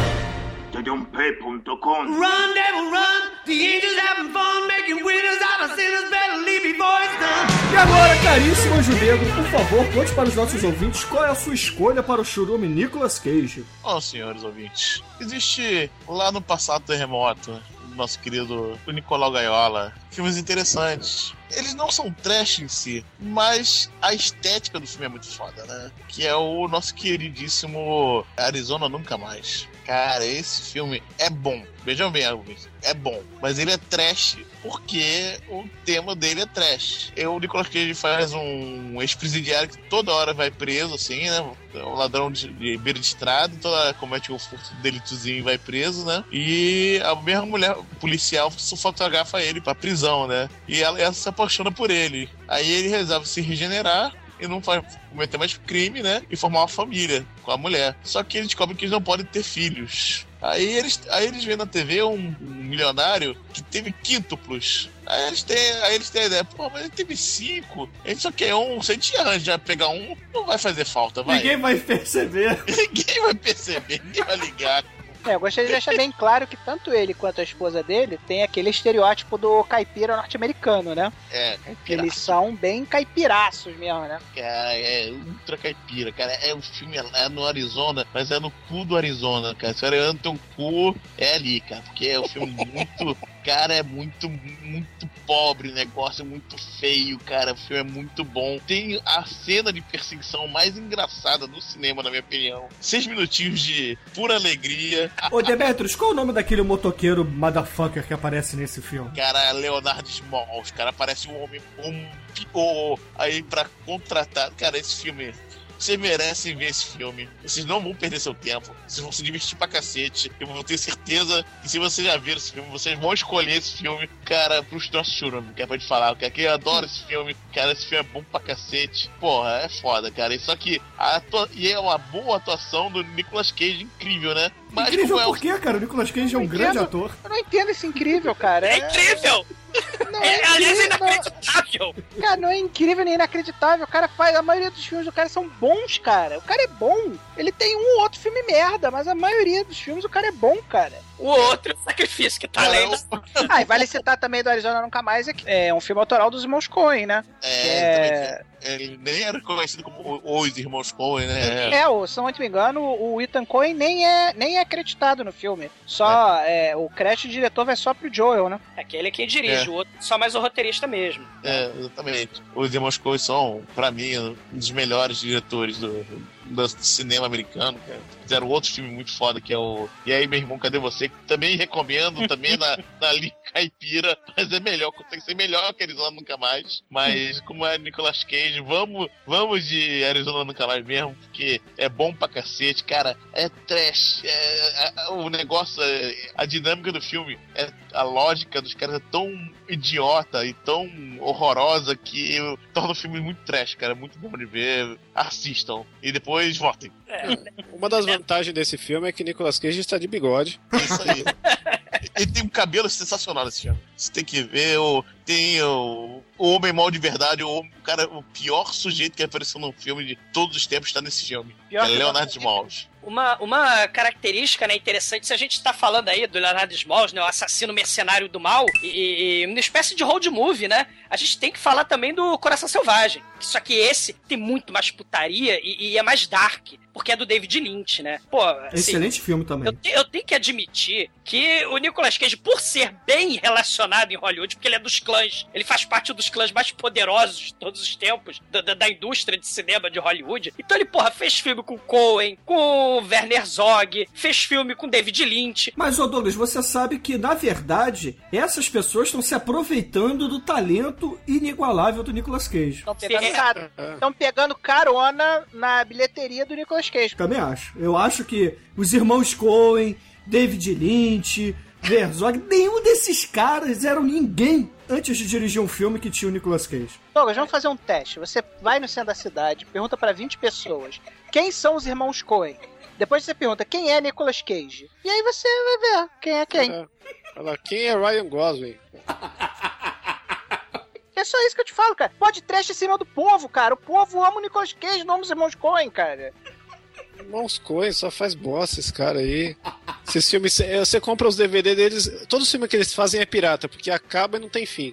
Tadumpe ponto com. Run, devil, run. The angels having fun, making winners out of sinners. Better leave before it's done. E agora, caríssimo Anjo Negro, por favor, conte para os nossos ouvintes qual é a sua escolha para o churume Nicolas Cage. Ó, senhores ouvintes, existe lá no passado terremoto, nosso querido Nicolau Gaiola, filmes interessantes. Eles não são trash em si, mas a estética do filme é muito foda, né? Que é o nosso queridíssimo Arizona Nunca Mais. Cara, esse filme é bom. Vejam bem, é bom. Mas ele é trash porque o tema dele é trash. E o Nicolas Cage faz um ex-presidiário que toda hora vai preso, assim, né? Um ladrão de, de beira de estrada, toda hora comete um furto delitozinho e vai preso, né? E a mesma mulher policial fotografa ele pra prisão, né? E ela, ela se apaixona por ele. Aí ele resolve se regenerar e não faz, cometer mais crime, né? E formar uma família com a mulher. Só que ele descobre que eles não podem ter filhos. Aí eles, aí eles veem na T V um, um milionário que teve quíntuplos. Aí eles têm, aí eles têm a ideia, pô, mas ele teve cinco. A gente só quer um, se a gente arranjar pegar um, não vai fazer falta, vai. Ninguém vai perceber. Ninguém vai perceber, ninguém vai ligar. É, eu gostaria de deixar bem claro que tanto ele quanto a esposa dele tem aquele estereótipo do caipira norte-americano, né? É, caipira. Eles são bem caipiraços mesmo, né? Cara, é ultra caipira, cara. É um filme é no Arizona, mas é no cu do Arizona, cara. Se olhando teu cu, é ali, cara. Porque é um filme muito. Cara, é muito, muito pobre o negócio, é muito feio, cara. O filme é muito bom. Tem a cena de perseguição mais engraçada do cinema, na minha opinião. Seis minutinhos de pura alegria. Ô, Demetrius, qual é o nome daquele motoqueiro motherfucker que aparece nesse filme? Cara, Leonardo Smalls, cara, parece um homem um pior aí pra contratar. Cara, esse filme, vocês merecem ver esse filme. Vocês não vão perder seu tempo. Vocês vão se divertir pra cacete. Eu vou ter certeza que se vocês já viram esse filme, vocês vão escolher esse filme, cara, pros nossos churumes, que é pra te falar. Porque eu adoro esse filme. Cara, esse filme é bom pra cacete. Porra, é foda, cara. Só que a atua... E é uma boa atuação do Nicolas Cage, incrível, né? Mas Incrível como é o- por quê, cara? O Nicolas Cage é um grande entendo. ator. Eu não entendo esse incrível, cara. É incrível! Não, É, aliás, é incrível, não. inacreditável! Cara, não é incrível nem inacreditável. O cara faz. A maioria dos filmes do cara são bons, cara. O cara é bom. Ele tem um ou outro filme merda, mas a maioria dos filmes o cara é bom, cara. O outro é o sacrifício que tá Cara, além eu- da... Ah, e vale citar também do Arizona Nunca Mais, é, que é um filme autoral dos irmãos Coen, né? É, é... ele nem era conhecido como os irmãos Coen, né? É, o, se não me engano, o Ethan Coen nem é, nem é acreditado no filme. Só, é. o crédito de diretor vai só pro Joel, né? Aquele é quem dirige, É. o outro só mais o roteirista mesmo. É, exatamente. Os irmãos Coen são, pra mim, um dos melhores diretores do, do cinema americano, cara. Fizeram outro filme muito foda, que é o E aí, meu irmão, cadê você? Que também recomendo, também na, na linha caipira, mas é melhor, consegue ser melhor que Arizona Nunca Mais. Mas como é Nicolas Cage, vamos, vamos de Arizona Nunca Mais mesmo, porque é bom pra cacete, cara. É trash, é, é, o negócio, é, a dinâmica do filme, é, a lógica dos caras é tão idiota e tão horrorosa que torna o filme muito trash, cara. É muito bom de ver. Assistam. E depois votem. Uma das vantagens desse filme é que Nicolas Cage está de bigode. Isso aí. Ele tem um cabelo sensacional nesse filme. Você tem que ver o. Tem o, o Homem Mal de Verdade, o, o cara, o pior sujeito que apareceu num filme de todos os tempos está nesse filme. Pior é Leonardo Smalls. Uma, uma característica, né, interessante, se a gente tá falando aí do Leonardo Smalls, né, o assassino mercenário do mal, e, e uma espécie de road movie, né, a gente tem que falar também do Coração Selvagem. Só que esse tem muito mais putaria e, e é mais dark, porque é do David Lynch, né. Pô, assim, excelente filme também. Eu, te, eu tenho que admitir que o Nicolas Cage, por ser bem relacionado em Hollywood, porque ele é dos clãs, ele faz parte dos clãs mais poderosos de todos os tempos, da, da, da indústria de cinema de Hollywood, então ele, porra, fez filme com Coen, com Werner Herzog, fez filme com David Lynch. Mas, ô Douglas, você sabe que, na verdade, essas pessoas estão se aproveitando do talento inigualável do Nicolas Cage. Estão pegando, car... pegando carona na bilheteria do Nicolas Cage. Também acho. Eu acho que os irmãos Coen, David Lynch, Herzog, nenhum desses caras eram ninguém antes de dirigir um filme que tinha o Nicolas Cage. Douglas, vamos fazer um teste. Você vai no centro da cidade, pergunta pra vinte pessoas quem são os irmãos Coen. Depois você pergunta quem é Nicolas Cage. E aí você vai ver quem é quem. É, fala, quem é Ryan Gosling? É só isso que eu te falo, cara. Pode trash em cima do povo, cara. O povo ama o Nicolas Cage, não ama os irmãos Coen, cara. Irmãos Coen só faz bosta esse cara aí. Esses filmes, você compra os D V D deles, todo filme que eles fazem é pirata, porque acaba e não tem fim.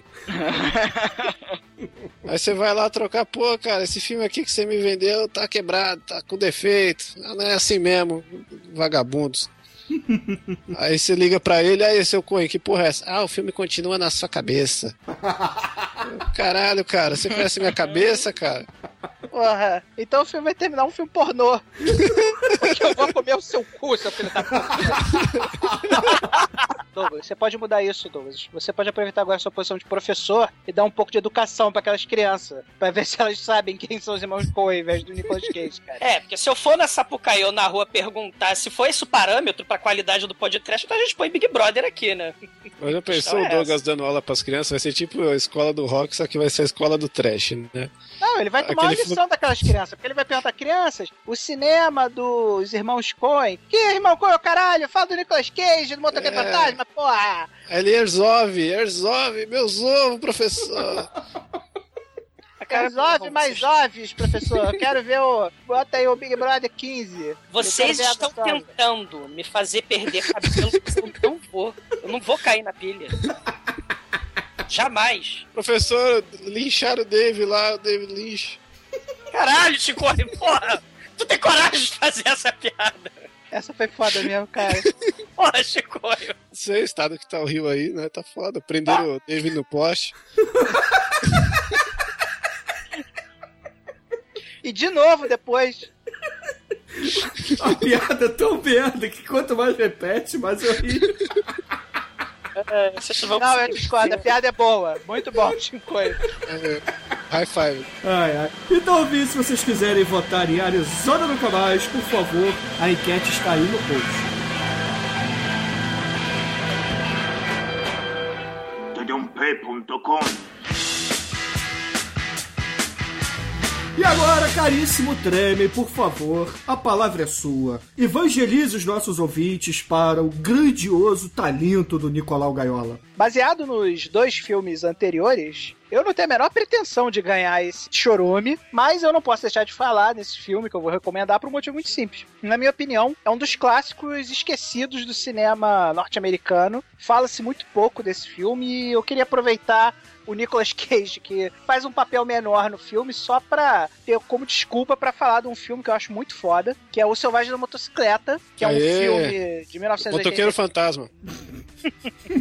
Aí você vai lá trocar, pô, cara, esse filme aqui que você me vendeu tá quebrado, tá com defeito. Não é assim mesmo, vagabundos. Aí você liga pra ele, aí seu Coen, que porra é essa? Ah, o filme continua na sua cabeça. Caralho, cara, você conhece minha cabeça, cara? Porra, então o filme vai terminar um filme pornô. Porque eu vou comer o seu cu, seu filho da puta. Douglas, você pode mudar isso, Douglas. Você pode aproveitar agora a sua posição de professor e dar um pouco de educação pra aquelas crianças, pra ver se elas sabem quem são os irmãos Coen, ao invés do Nicolas Cage, cara. É, porque se eu for na Sapucaí ou na rua perguntar se foi esse o parâmetro pra qualidade do podcast, então a gente põe Big Brother aqui, né? Mas já pensou é o Douglas dando aula pras crianças? Vai ser tipo a escola do rock, só que vai ser a escola do trash, né? Não, ele vai tomar Aquele uma lição f... daquelas crianças, porque ele vai perguntar, crianças, o cinema dos irmãos Coen. Que irmão Coen, caralho? Fala do Nicolas Cage, do Motoqueiro é... Fantasma, porra! Ele Herzog, Herzog, meus ovos, professor. Herzog mais óbvios, professor. Eu quero ver o... Bota aí o Big Brother quinze. Vocês estão tentando me fazer perder cabelo, porque eu não vou. Eu não vou cair na pilha. Jamais. Professor, lincharam o Dave lá, o David Lynch. Caralho, Chico, porra! Tu tem coragem de fazer essa piada? Essa foi foda mesmo, cara. Porra, Chico. Não sei, o estado que tá o Rio aí, né? Tá foda. Prenderam tá. o David no poste. E de novo depois. A piada é tão merda que quanto mais repete, mais eu rio. É, não, eu discordo, a piada é boa. Muito bom, Chico. É, high five. Ai, ai. Então, ouvi, se vocês quiserem votar em Arizona Nunca Mais, por favor, a enquete está aí no post. Todum P ponto com. E agora, caríssimo Treme, por favor, a palavra é sua. Evangelize os nossos ouvintes para o grandioso talento do Nicolau Gaiola. Baseado nos dois filmes anteriores, eu não tenho a menor pretensão de ganhar esse chorume, mas eu não posso deixar de falar nesse filme que eu vou recomendar por um motivo muito simples. Na minha opinião, é um dos clássicos esquecidos do cinema norte-americano. Fala-se muito pouco desse filme e eu queria aproveitar o Nicolas Cage, que faz um papel menor no filme, só pra ter como desculpa pra falar de um filme que eu acho muito foda, que é O Selvagem da Motocicleta, que é um Aê, filme de mil novecentos e oitenta. Motoqueiro Fantasma.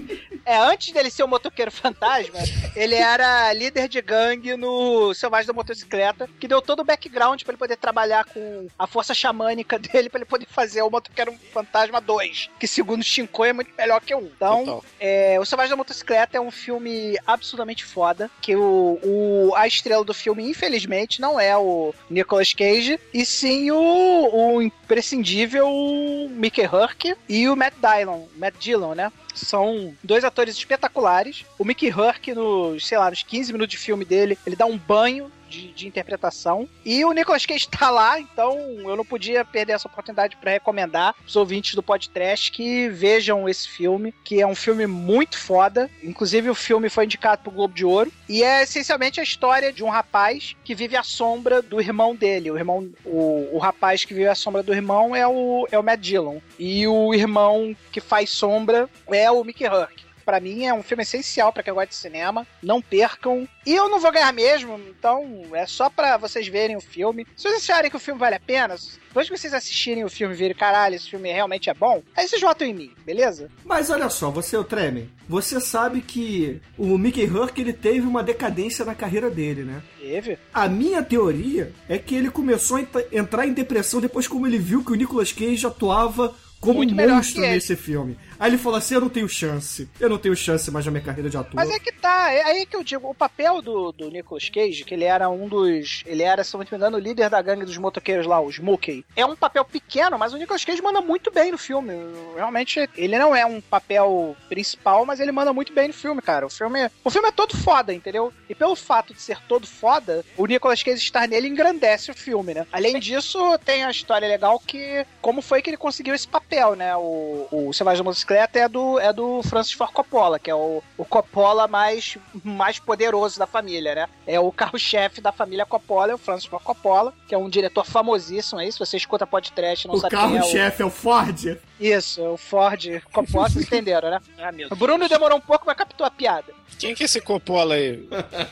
É, antes dele ser o motoqueiro fantasma, ele era líder de gangue no Selvagem da Motocicleta, que deu todo o background pra ele poder trabalhar com a força xamânica dele, pra ele poder fazer o Motoqueiro Fantasma dois, que segundo o Shinkoi é muito melhor que o um. Então, é, o Selvagem da Motocicleta é um filme absurdamente foda, que o, o, a estrela do filme, infelizmente, não é o Nicolas Cage, e sim o, o imprescindível Mickey Rourke e o Matt Dillon, Matt Dillon, né? São dois atores espetaculares. O Mickey Rourke, nos, sei lá, nos quinze minutos de filme dele, ele dá um banho de, de interpretação. E o Nicolas Cage tá lá, então eu não podia perder essa oportunidade para recomendar os ouvintes do podcast que vejam esse filme, que é um filme muito foda. Inclusive o filme foi indicado pro Globo de Ouro. E é essencialmente a história de um rapaz que vive à sombra do irmão dele. O irmão, o, o rapaz que vive à sombra do irmão é o, é o Matt Dillon. E o irmão que faz sombra é o Mickey Rourke. Pra mim é um filme essencial pra quem gosta de cinema. Não percam. E eu não vou ganhar mesmo, então é só pra vocês verem o filme. Se vocês acharem que o filme vale a pena, depois que vocês assistirem o filme e verem, caralho, esse filme realmente é bom, aí vocês votam em mim, beleza? Mas olha só, você, o Treme, você sabe que o Mickey Rourke, ele teve uma decadência na carreira dele, né? Teve. A minha teoria é que ele começou a ent- entrar em depressão depois como ele viu que o Nicolas Cage atuava como Muito um monstro melhor que nesse filme. Aí ele falou assim, eu não tenho chance. Eu não tenho chance mais na minha carreira de ator. Mas é que tá, é aí que eu digo, o papel do, do Nicolas Cage, que ele era um dos... Ele era, se eu não me engano, o líder da gangue dos motoqueiros lá, os Mookie. É um papel pequeno, mas o Nicolas Cage manda muito bem no filme. Realmente, ele não é um papel principal, mas ele manda muito bem no filme, cara. O filme, o filme é todo foda, entendeu? E pelo fato de ser todo foda, o Nicolas Cage estar nele engrandece o filme, né? Além disso, tem a história legal que... Como foi que ele conseguiu esse papel, né? O, o Selvagem da Motocicleta é do, é do Francis Ford Coppola, que é o, o Coppola mais, mais poderoso da família, né? É o carro-chefe da família Coppola, é o Francis Ford Coppola, que é um diretor famosíssimo aí. Se você escuta podcast, não o sabe quem é o... carro-chefe é o Ford? Isso, é o Ford Coppola, vocês entenderam, né? Ah, meu O Bruno demorou um pouco, mas captou a piada. Quem que é esse Coppola aí?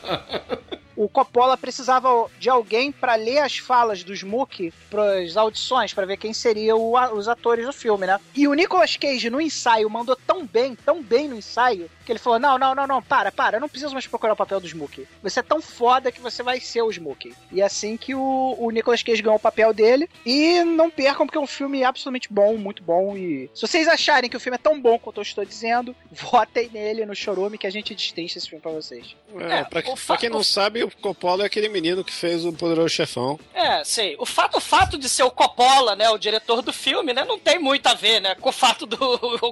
O Coppola precisava de alguém pra ler as falas dos Mookie pras audições, pra ver quem seriam os atores do filme, né? E o Nicolas Cage no ensaio mandou tão bem, tão bem no ensaio, que ele falou, não, não, não, não, para, para, eu não preciso mais procurar o papel dos Mookie. Você é tão foda que você vai ser os Mookie. E é assim que o, o Nicolas Cage ganhou o papel dele. E não percam, porque é um filme absolutamente bom, muito bom. E se vocês acharem que o filme é tão bom quanto eu estou dizendo, votem nele no Chorume que a gente destrincha esse filme pra vocês. É, é, pra, pra quem não sabe, o Coppola é aquele menino que fez o Poderoso Chefão. É, sei. O fato, o fato de ser o Coppola, né, o diretor do filme, né, não tem muito a ver, né, com o fato do,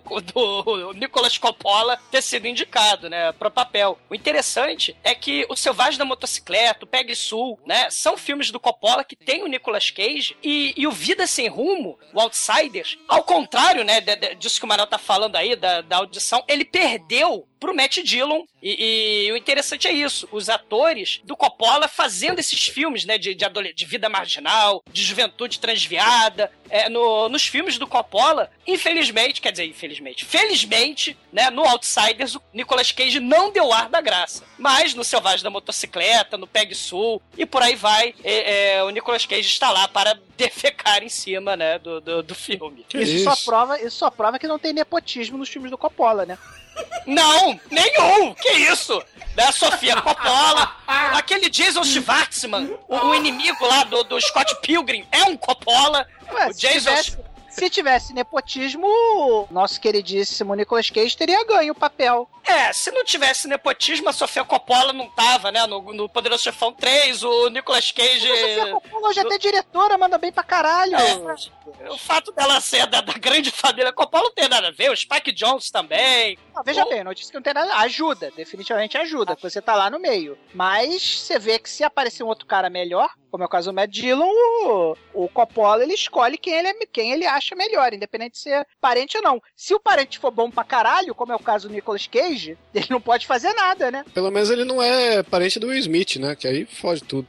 do Nicolas Coppola ter sido indicado, né, pro papel. O interessante é que o Selvagem da Motocicleta, o Peggy Sue, né, são filmes do Coppola que tem o Nicolas Cage e, e o Vida Sem Rumo, o Outsiders, ao contrário, né, de, de, disso que o Manuel tá falando aí, da, da audição, ele perdeu pro Matt Dillon, e, e o interessante é isso, os atores do Coppola fazendo esses filmes, né, de, de, adole- de vida marginal, de juventude transviada, é, no, nos filmes do Coppola, infelizmente, quer dizer, infelizmente, felizmente, né, no Outsiders, o Nicolas Cage não deu ar da graça, mas no Selvagem da Motocicleta, no Peggy Sue, e por aí vai, é, é, o Nicolas Cage está lá para defecar em cima, né, do, do, do filme. Isso, isso. Só prova, isso só prova que não tem nepotismo nos filmes do Coppola, né? Não, nenhum! Que isso? Da Sofia Coppola, aquele Jason Schwartzman, o, o inimigo lá do, do Scott Pilgrim, é um Coppola. Ué, o se Jason... tivesse, se tivesse nepotismo, o nosso queridíssimo Nicolas Cage teria ganho o papel. É, se não tivesse nepotismo, a Sofia Coppola não tava, né? No, no Poderoso Chefão três, o Nicolas Cage... A Sofia Coppola hoje é até diretora, manda bem pra caralho. É, o fato dela ser da, da grande família Coppola não tem nada a ver, o Spike Jonze também. Não, veja o... bem, não disse que não tem nada. Ajuda, definitivamente ajuda, porque você tá lá no meio. Mas você vê que se aparecer um outro cara melhor, como é o caso do Matt Dillon, o, o Coppola, ele escolhe quem ele, é, quem ele acha melhor, independente de ser parente ou não. Se o parente for bom pra caralho, como é o caso do Nicolas Cage, ele não pode fazer nada, né? Pelo menos ele não é parente do Will Smith, né? Que aí fode tudo.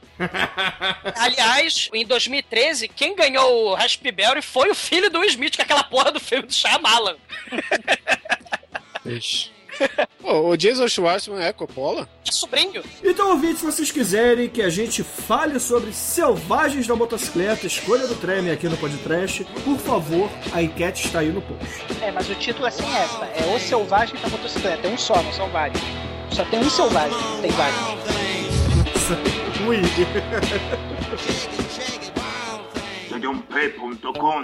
Aliás, em dois mil e treze, quem ganhou o Raspberry foi o filho do Will Smith, que é aquela porra do filme do Shyamalan. Ixi. Pô, o Jason Schwartzman é Coppola? É sobrinho. Então, ouvintes, se vocês quiserem que a gente fale sobre Selvagens da Motocicleta, escolha do Treme aqui no podcast, por favor, a enquete está aí no post. É, mas o título é sem essa. É O Selvagem da Motocicleta. É um só, não são vários. Só tem um selvagem, tem vários. Ui. Stadium P ponto com.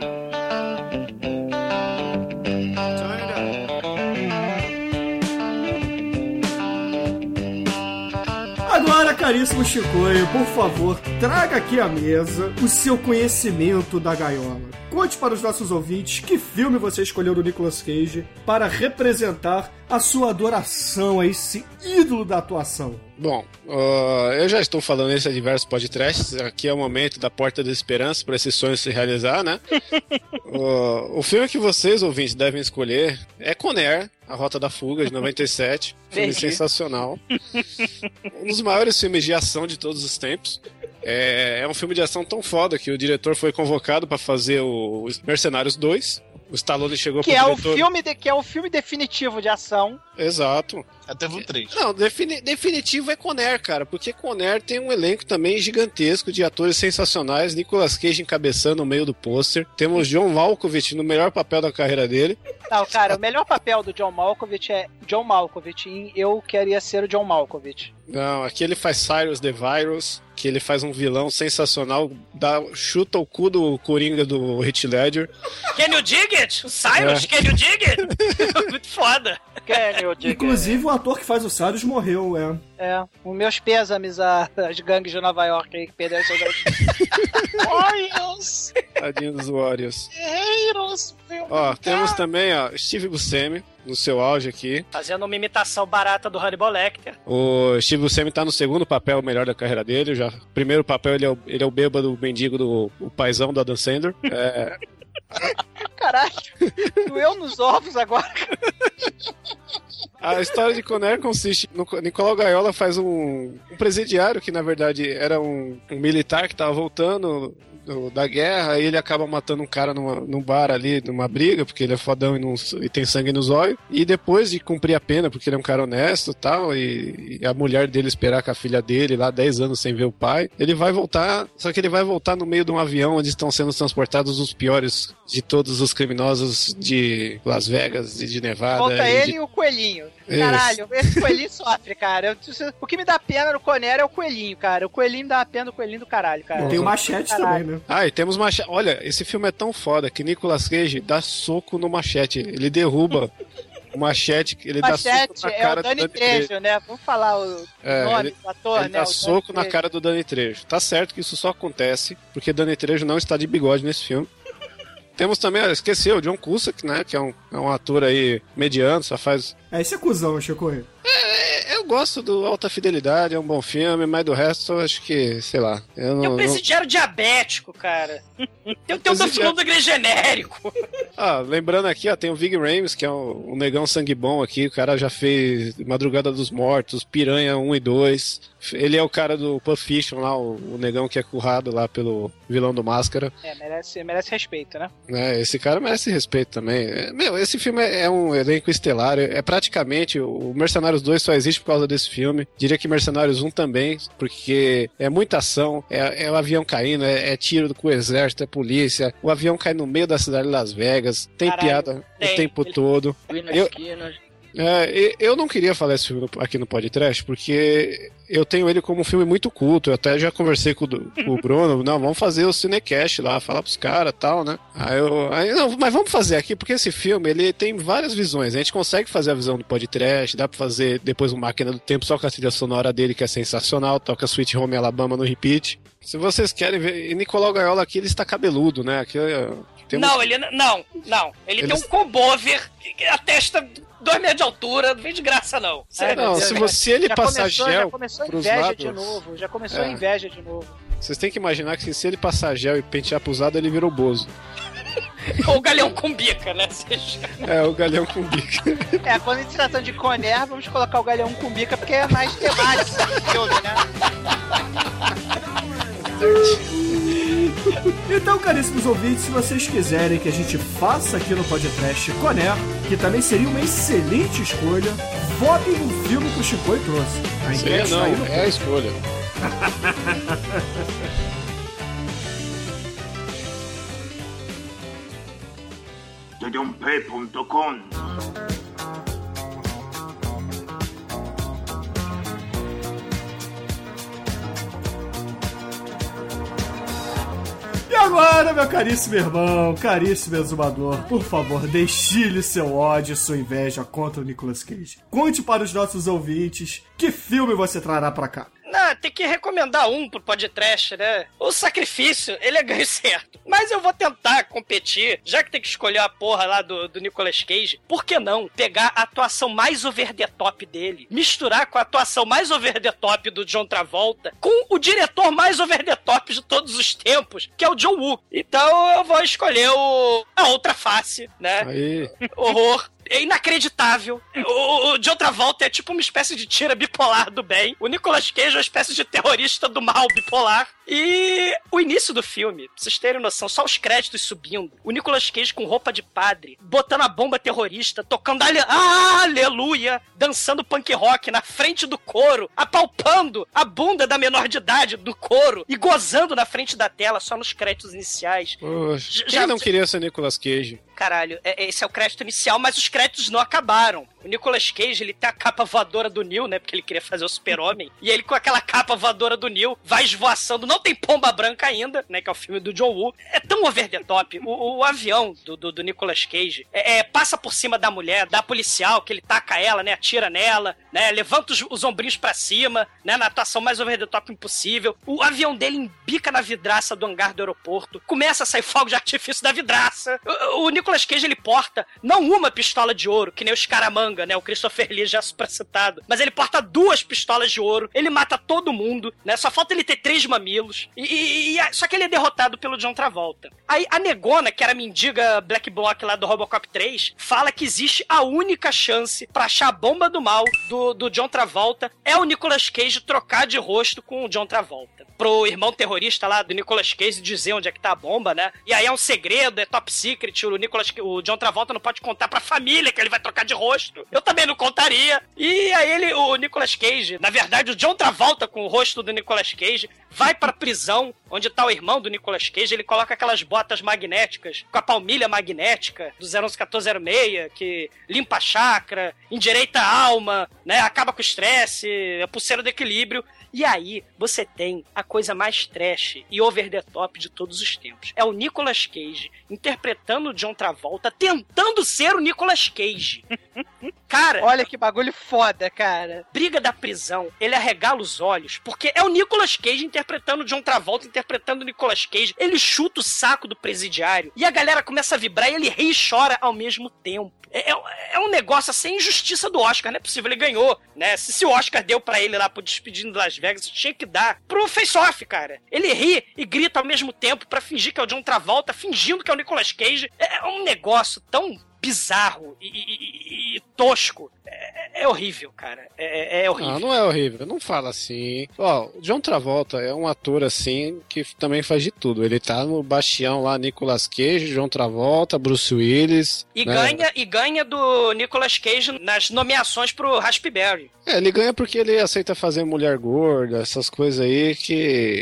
Agora, caríssimo Chicoio, por favor, traga aqui à mesa o seu conhecimento da gaiola. Conte para os nossos ouvintes que filme você escolheu do Nicolas Cage para representar a sua adoração a esse ídolo da atuação. Bom, uh, eu já estou falando isso em diversos podcasts. Aqui é o momento da Porta da Esperança para esse sonho se realizar, né? uh, o filme que vocês, ouvintes, devem escolher é Conair, A Rota da Fuga, de noventa e sete. Filme sensacional. Um dos maiores filmes de ação de todos os tempos. É, é um filme de ação tão foda que o diretor foi convocado para fazer o Mercenários dois. O Stallone chegou que pro é diretor... o filme de, que é o filme definitivo de ação. Exato. Até o três. Não, defini- definitivo é Conair, cara, porque Conair tem um elenco também gigantesco de atores sensacionais. Nicolas Cage encabeçando no meio do pôster. Temos John Malkovich no melhor papel da carreira dele. Não, cara, o melhor papel do John Malkovich é John Malkovich em Eu Queria Ser o John Malkovich. Não, aqui ele faz Cyrus the Virus, que ele faz um vilão sensacional, dá, chuta o cu do Coringa do Heath Ledger. Can you dig it? O Cyrus, É. can you dig it? Muito foda. Can you dig it? Inclusive, o ator que faz o Cyrus morreu, é. É, os meus pêsames às gangues de Nova York aí que perderam seus Warriors! Tadinho dos Warriors. Guerreiros! Ó, temos também, ó, Steve Buscemi, no seu auge aqui. Fazendo uma imitação barata do Hannibal Lecter. O Steve Buscemi tá no segundo papel melhor da carreira dele. Já. Primeiro papel, ele é o, ele é o bêbado, o mendigo, do o paizão do Adam Sandler. É... Caralho, doeu nos ovos agora. A história de Conair consiste... No, Nicolau Gaiola faz um, um presidiário que, na verdade, era um, um militar que tava voltando do, da guerra, e ele acaba matando um cara numa, num bar ali, numa briga, porque ele é fodão e, não, e tem sangue nos olhos. E depois de cumprir a pena, porque ele é um cara honesto tal, e, e a mulher dele esperar com a filha dele lá dez anos sem ver o pai, ele vai voltar, só que ele vai voltar no meio de um avião onde estão sendo transportados os piores de todos os criminosos de Las Vegas e de Nevada. Volta e ele de... e o coelhinho. Isso. Caralho, esse coelhinho sofre, cara. Eu, o que me dá pena no Conair é o coelhinho, cara. O coelhinho me dá pena do coelhinho do caralho, cara. Tem o Machete Caralho. também, né? Ah, e temos machete. Olha, esse filme é tão foda que Nicolas Cage dá soco no machete. Ele derruba o machete, ele dá soco Machete na é cara o Dani do Dani Trejo, Trejo. né? Vamos falar o É, nome ele- do ator, Ele né? dá O soco Dani na Trejo. cara do Dani Trejo. Tá certo que isso só acontece porque Dani Trejo não está de bigode nesse filme. Temos também, ah, esqueceu, o John Cusack, né? Que é um, é um ator aí mediano, só faz... É, esse é cuzão, Chico. É, eu gosto do Alta Fidelidade, é um bom filme, mas do resto eu acho que, sei lá... Eu não, Tem um não- presidiário diabético, cara. Tem, tem um Presidiário. Dolph Lundgren genérico. Ah, lembrando aqui, ó, tem o Vig Rhames, que é um, um negão sangue bom aqui, o cara já fez Madrugada dos Mortos, Piranha um e dois, ele é o cara do Pulp Fiction lá, o, o negão que é currado lá pelo vilão do Máscara, É, merece, merece respeito, né? né, esse cara merece respeito também. É, meu, esse filme é, é um elenco estelar, é, é praticamente, o Mercenários dois só existe por causa desse filme, diria que Mercenários um também, porque é muita ação, é, é o avião caindo, é, é tiro com o exército, é polícia, o avião cai no meio da cidade de Las Vegas, tem Caralho, piada tem. o tempo todo. Fui na Eu- esquina. É, e- eu não queria falar esse filme aqui no podcast, porque eu tenho ele como um filme muito culto. Eu até já conversei com o, do- com o Bruno. Não, vamos fazer o Cinecast lá, falar pros caras e tal, né? Aí eu. Aí, não, mas vamos fazer aqui, porque esse filme ele tem várias visões. A gente consegue fazer a visão do podcast, dá pra fazer depois uma Máquina do Tempo só com a trilha sonora dele, que é sensacional. Toca Sweet Home Alabama no repeat. Se vocês querem ver. E Nicolau Gaiola aqui, ele está cabeludo, né? Aqui, é, temos- Não, ele não, não. Ele, Ele- tem um combover, que a testa dois metros de altura, não vem de graça, não. É, não, meu se, Deus, você, se ele já passar começou, gel já começou a pros inveja lados, de novo. Já começou É. a inveja de novo. vocês têm que imaginar que se ele passar gel e pentear pro lado, ele virou Bozo. Ou o galeão com bica, né? Seja... É, o galhão com bica. É, quando a gente se tratando de Conair, vamos colocar o Galeão com bica, porque é mais temático do filme, né? Então, caríssimos ouvintes, se vocês quiserem que a gente faça aqui no podcast Conner, que também seria uma excelente escolha, votem no filme que o Chico trouxe. A Seria enquete não, tá aí no é a escolha. Stadium P ponto com. E agora, meu caríssimo irmão, caríssimo exumador, por favor, destile seu ódio e sua inveja contra o Nicolas Cage. Conte para os nossos ouvintes que filme você trará pra cá. Não, tem que recomendar um pro podcast, né? O Sacrifício, ele é ganho certo. Mas eu vou tentar competir, já que tem que escolher a porra lá do, do Nicolas Cage, por que não pegar a atuação mais over the top dele, misturar com a atuação mais over the top do John Travolta, com o diretor mais over the top de todos os tempos, que é o John Woo. Então eu vou escolher o... a outra face, né? Aí. Horror. É inacreditável. O, o John Travolta é tipo uma espécie de tira bipolar do bem. O Nicolas Cage é uma espécie de terrorista do mal bipolar. E o início do filme, pra vocês terem noção, só os créditos subindo. O Nicolas Cage com roupa de padre, botando a bomba terrorista, tocando ale... ah, aleluia, dançando punk rock na frente do coro, apalpando a bunda da menor de idade do coro e gozando na frente da tela, só nos créditos iniciais. Poxa, Já- quem não queria ser Nicolas Cage? Caralho, é- esse é o crédito inicial, mas os créditos não acabaram. O Nicolas Cage, ele tem a capa voadora do Neo, né? Porque ele queria fazer o Super-Homem. E ele, com aquela capa voadora do Neo, vai esvoaçando. Não tem pomba branca ainda, né? Que é o filme do John Woo. É tão over the top. O, o avião do, do, do Nicolas Cage é, é, passa por cima da mulher, da policial, que ele taca ela, né? Atira nela, né? Levanta os, os ombrinhos pra cima, né? Na atuação mais over the top impossível. O avião dele embica na vidraça do hangar do aeroporto. Começa a sair fogo de artifício da vidraça. O, o Nicolas Cage, ele porta não uma pistola de ouro, que nem o Scaramanga, né? O Christopher Lee já supracitado. Mas ele porta duas pistolas de ouro. Ele mata todo mundo, né? Só falta ele ter três mamilos. E, e- e- só que ele é derrotado pelo John Travolta. Aí a negona, que era a mendiga Black Block lá do Robocop três, fala que existe a única chance pra achar a bomba do mal do, do John Travolta é o Nicolas Cage trocar de rosto com o John Travolta. Pro irmão terrorista lá do Nicolas Cage dizer onde é que tá a bomba, né? E aí é um segredo, é top secret. O Nicolas, o John Travolta não pode contar pra família que ele vai trocar de rosto. Eu também não contaria. E aí ele, o Nicolas Cage, na verdade o John Travolta com o rosto do Nicolas Cage, vai pra prisão onde tá o irmão do Nicolas Cage. Ele coloca aquelas botas magnéticas com a palmilha magnética do zero um um quatorze zero seis, que limpa a chakra, endireita a alma, né? Acaba com o estresse, a pulseira do equilíbrio. E aí, você tem a coisa mais trash e over the top de todos os tempos. É o Nicolas Cage interpretando o John Travolta, tentando ser o Nicolas Cage. Cara... Olha que bagulho foda, cara. Briga da prisão, ele arregala os olhos, porque é o Nicolas Cage interpretando o John Travolta, interpretando o Nicolas Cage. Ele chuta o saco do presidiário e a galera começa a vibrar e ele ri e chora ao mesmo tempo. É, é- é um negócio assim, injustiça do Oscar, não é possível, ele ganhou, né? Se, se o Oscar deu pra ele lá pro Despedindo de Las Vegas, tinha que dar pro Face Off, cara. Ele ri e grita ao mesmo tempo pra fingir que é o John Travolta, fingindo que é o Nicolas Cage. É, é um negócio tão bizarro e, e- e- e tosco. É, é horrível, cara. É, é horrível. Ah, não é horrível, não fala assim. Ó, o John Travolta é um ator assim que também faz de tudo. Ele tá no bastião lá, Nicolas Cage, John Travolta, Bruce Willis. E, né? ganha, e ganha do Nicolas Cage nas nomeações pro Raspberry. É, ele ganha porque ele aceita fazer mulher gorda, essas coisas aí que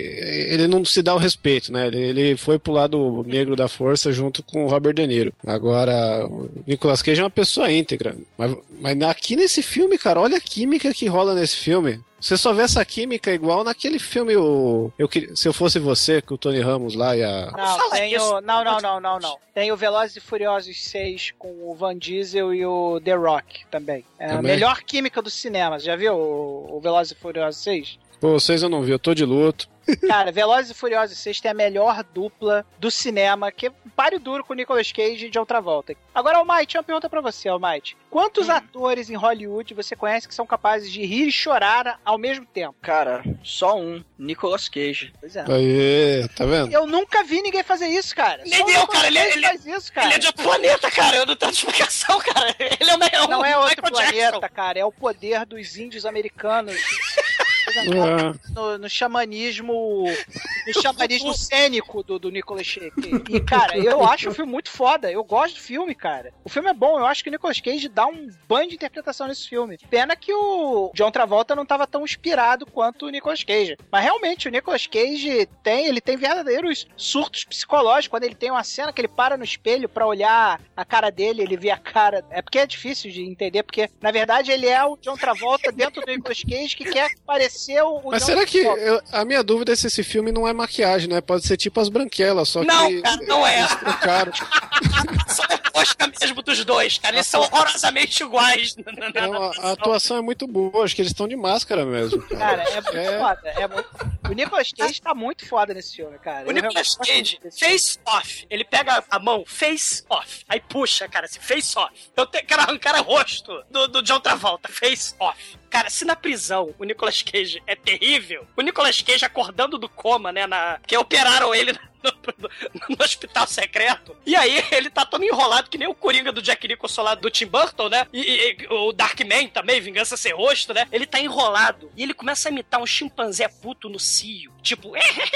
ele não se dá o respeito, né? Ele, ele foi pro lado negro da força junto com o Robert De Niro. Agora, o Nicolas Cage é uma pessoa íntegra. Mas, mas aqui nesse filme, cara, olha a química que rola nesse filme. Você só vê essa química igual naquele filme, o eu, que- Se Eu Fosse Você, com o Tony Ramos lá e a... Não, Fala tem isso. o... não, não, não, não, não. Tem o Velozes e Furiosos seis com o Van Diesel e o The Rock também. É a Também? melhor química do cinema. Já viu o, o Velozes e Furiosos seis? Pô, vocês eu não vi, eu tô de luto. Cara, Velozes e Furiosos seis tem a melhor dupla do cinema, que é um páreo duro com o Nicolas Cage e John Travolta. Agora, Almighty, uma pergunta pra você, Almighty. Quantos atores em Hollywood você conhece que são capazes de rir e chorar ao mesmo tempo? Cara, só um, Nicolas Cage. Pois é. Aí, tá vendo? Eu nunca vi ninguém fazer isso, cara. Nem Só o eu, Nicolas cara, ele- Cage ele- faz isso, cara. Ele é de outro planeta, cara. Eu não tenho explicação, cara. Ele é o melhor. Não é outro Michael planeta, Jackson. cara. É o poder dos índios americanos. Ah, No, no xamanismo o chamariz no cênico do, do Nicolas Cage. E, cara, eu acho o filme muito foda. Eu gosto do filme, cara. O filme é bom. Eu acho que o Nicolas Cage dá um banho de interpretação nesse filme. Pena que o John Travolta não tava tão inspirado quanto o Nicolas Cage. Mas realmente, o Nicolas Cage tem, ele tem verdadeiros surtos psicológicos. Quando ele tem uma cena que ele para no espelho pra olhar a cara dele, ele vê a cara... É porque é difícil de entender, porque, na verdade, ele é o John Travolta dentro do Nicolas Cage que quer parecer o, o Mas John será que... Travolta. Eu, a minha dúvida é se esse filme não é maquiagem, né? Pode ser tipo as branquelas, só Não, que... cara, não é. Eles trocaram. Só oposta mesmo dos dois, cara. Eles são horrorosamente iguais. Não, a, a atuação é muito boa, acho que eles estão de máscara mesmo. Cara, é muito É. foda. É muito... O Nicolas Cage tá muito foda nesse filme, cara. O Eu Nicolas realmente gosto Cage, muito desse filme. face off. Ele pega a mão, face off. Aí puxa, cara, assim, face off. Eu te, quero arrancar o rosto do, do John Travolta, face off. Cara, se na prisão o Nicolas Cage é terrível, o Nicolas Cage acordando do coma, né, na, que operaram ele no, no, no hospital secreto, e aí ele tá todo enrolado, que nem o Coringa do Jack Nicholson lá do Tim Burton, né, e, e, e o Darkman também, Vingança Sem Rosto, né, ele tá enrolado, e ele começa a imitar um chimpanzé puto no cio, tipo,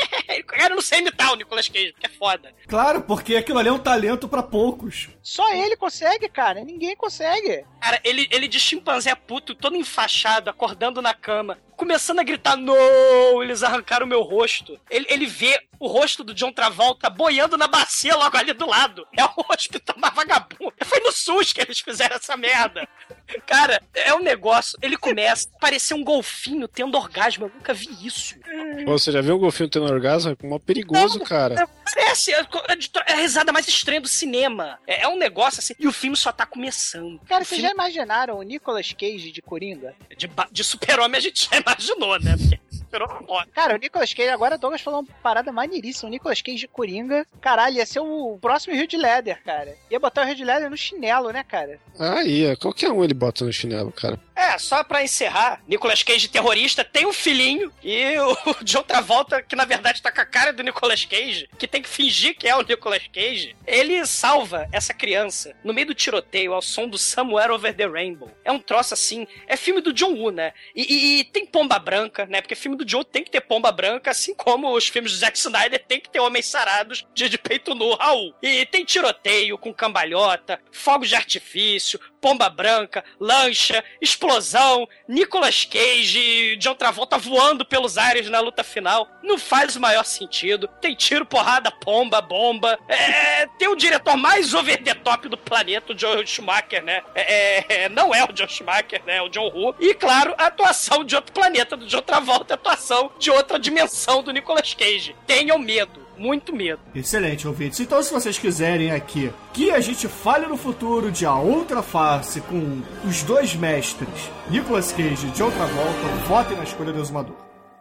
eu não sei imitar o Nicolas Cage, porque é foda. Claro, porque aquilo ali é um talento pra poucos. Só ele consegue, cara. Ninguém consegue. Cara, ele, ele de chimpanzé puto, todo enfaixado, acordando na cama, começando a gritar, não, eles arrancaram meu rosto. Ele, ele vê o rosto do John Travolta boiando na bacia logo ali do lado. É o hospital mais vagabundo. Foi no SUS que eles fizeram essa merda. Cara, é um negócio. Ele começa a parecer um golfinho tendo orgasmo. Eu nunca vi isso. Pô, você já viu um golfinho tendo orgasmo? É mó perigoso, Não, cara. Parece é, é a risada mais estranha do cinema. É, é um negócio assim. E o filme só tá começando. Cara, o vocês filme... já imaginaram o Nicolas Cage de Coringa? De, de super-homem a gente já imaginou, né? Porque super-homem foda. Cara, o Nicolas Cage, agora o Douglas falou uma parada maneiríssima. O Nicolas Cage de Coringa, caralho, ia ser o próximo Rio de Leather, cara. Ia botar o Rio de Leather no chinelo, né, cara? Aí, é, qualquer um ele bota no chinelo, cara. É, só pra encerrar, Nicolas Cage terrorista tem um filhinho e o John Travolta, que na verdade tá com a cara do Nicolas Cage, que tem que fingir que é o Nicolas Cage, ele salva essa criança no meio do tiroteio ao som do Somewhere Over the Rainbow. É um troço assim, é filme do John Woo, né? E, e, e tem pomba branca, né? Porque filme do John tem que ter pomba branca, assim como os filmes do Zack Snyder tem que ter homens sarados de, de peito nu, Raul. E tem tiroteio com cambalhota, fogos de artifício, pomba branca, lancha, explosão, Nicolas Cage, John Travolta voando pelos ares na luta final. Não faz o maior sentido. Tem tiro, porrada, pomba, bomba. É, tem o diretor mais over the top do planeta, o Joel Schumacher, né? É, é, não é o Joel Schumacher, né? É o John Woo. E, claro, a atuação de outro planeta do John Travolta, a atuação de outra dimensão do Nicolas Cage. Tenham medo. Muito medo. Excelente, ouvintes. Então, se vocês quiserem aqui que a gente fale no futuro de A Outra Face com os dois mestres, Nicolas Cage e John Travolta, votem na escolha do Exumador.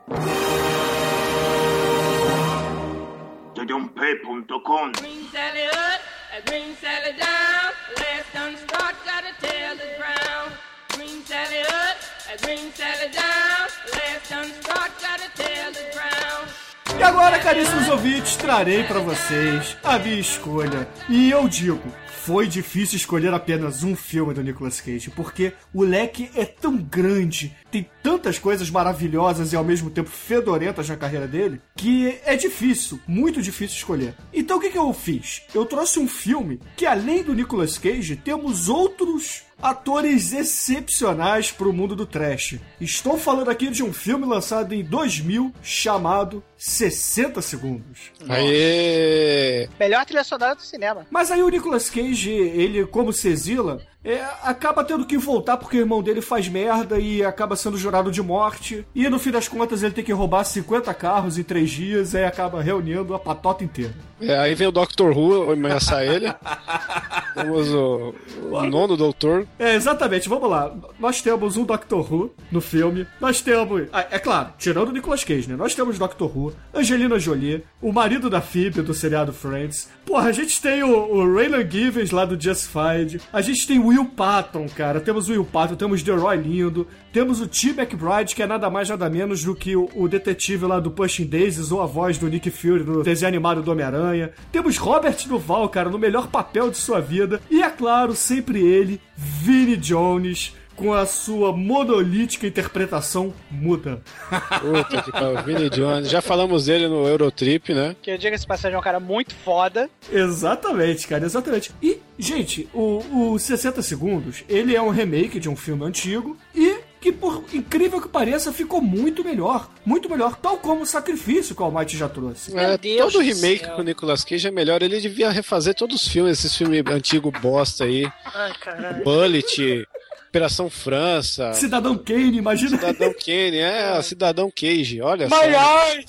Jodium P ponto com. Green Sally up, a green Sally down. Last done start, gotta tell the ground. Green Sally up, a green Sally down. Last done start, gotta tell the ground. E agora, caríssimos ouvintes, trarei pra vocês a minha escolha. E eu digo, foi difícil escolher apenas um filme do Nicolas Cage, porque o leque é tão grande, tem tantas coisas maravilhosas e ao mesmo tempo fedorentas na carreira dele, que é difícil, muito difícil escolher. Então o que, que eu fiz? Eu trouxe um filme que, além do Nicolas Cage, temos outros atores excepcionais para o mundo do trash. Estou falando aqui de um filme lançado em dois mil chamado sessenta segundos. Aê! Melhor trilha sonora do cinema. Mas aí o Nicolas Cage, ele como se exila, é, acaba tendo que voltar porque o irmão dele faz merda e acaba sendo jurado de morte. E no fim das contas ele tem que roubar cinquenta carros em três dias e aí acaba reunindo a patota inteira. É, aí vem o doutor Who ameaçar ele. Temos o, o nono doutor. É, exatamente, vamos lá. Nós temos um doutor Who no filme. Nós temos, ah, é claro, tirando o Nicolas Cage, né? Nós temos doutor Who, Angelina Jolie, o marido da Phoebe do seriado Friends. Porra, a gente tem o, o Raylan Givens lá do Justified. A gente tem o Will Patton, cara. Temos o Will Patton, temos Delroy Lindo. Temos o Tim McBride, que é nada mais nada menos do que o, o detetive lá do Pushing Daisies ou a voz do Nick Fury no desenho animado do Homem-Aranha. Temos Robert Duvall, cara, no melhor papel de sua vida. E, é claro, sempre ele, Vinnie Jones, com a sua monolítica interpretação muda. Puta que pariu, Vinnie Jones. Já falamos dele no Eurotrip, né? Que eu diga esse passagem é um cara muito foda. Exatamente, cara, exatamente. E, gente, o, o sessenta segundos, ele é um remake de um filme antigo e que, por incrível que pareça, ficou muito melhor. Muito melhor, tal como o Sacrifício que o Almighty já trouxe. É, todo remake com o Nicolas Cage é melhor. Ele devia refazer todos os filmes, esses filmes antigos bosta aí. Ai, caralho. Bullet, Operação França. Cidadão Kane, imagina. Cidadão Kane, é, é. Cidadão Cage, olha só. My eyes!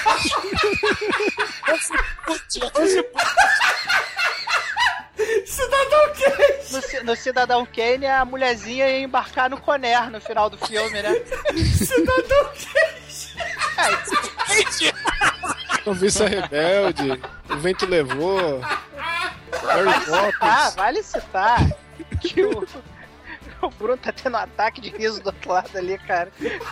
Cidadão Kane! No, no Cidadão Kane, a mulherzinha ia embarcar no Conner no final do filme, né? Cidadão Kane! O Vista Rebelde, O Vento Levou, Harry Vale Potter. citar, vale citar que o, o Bruno tá tendo um ataque de riso do outro lado ali, cara.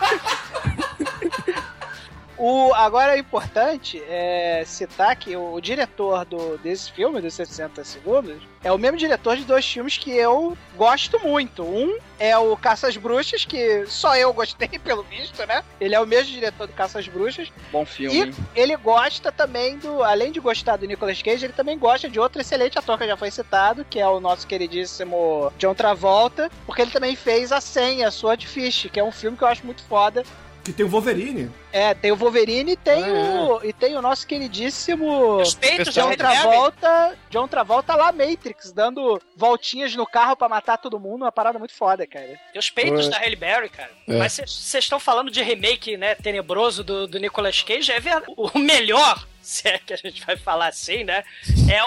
O, agora é importante é, citar que o, o diretor do, desse filme, dos sessenta segundos, é o mesmo diretor de dois filmes que eu gosto muito. Um é o Caça às Bruxas, que só eu gostei, pelo visto, né? Ele é o mesmo diretor do Caça às Bruxas. Bom filme. E ele gosta também do... Além de gostar do Nicolas Cage, ele também gosta de outro excelente ator que já foi citado, que é o nosso queridíssimo John Travolta, porque ele também fez A Senha, Swordfish, que é um filme que eu acho muito foda. Que tem o Wolverine. É, tem o Wolverine e tem, ah, o, e tem o nosso queridíssimo Respeito, John já Travolta, John Travolta lá Matrix, dando voltinhas no carro pra matar todo mundo, uma parada muito foda, cara. Tem os peitos é. da Halle Berry, cara. É. Mas vocês estão falando de remake, né, tenebroso do, do Nicolas Cage, é verdade. O melhor, se é que a gente vai falar assim, né, é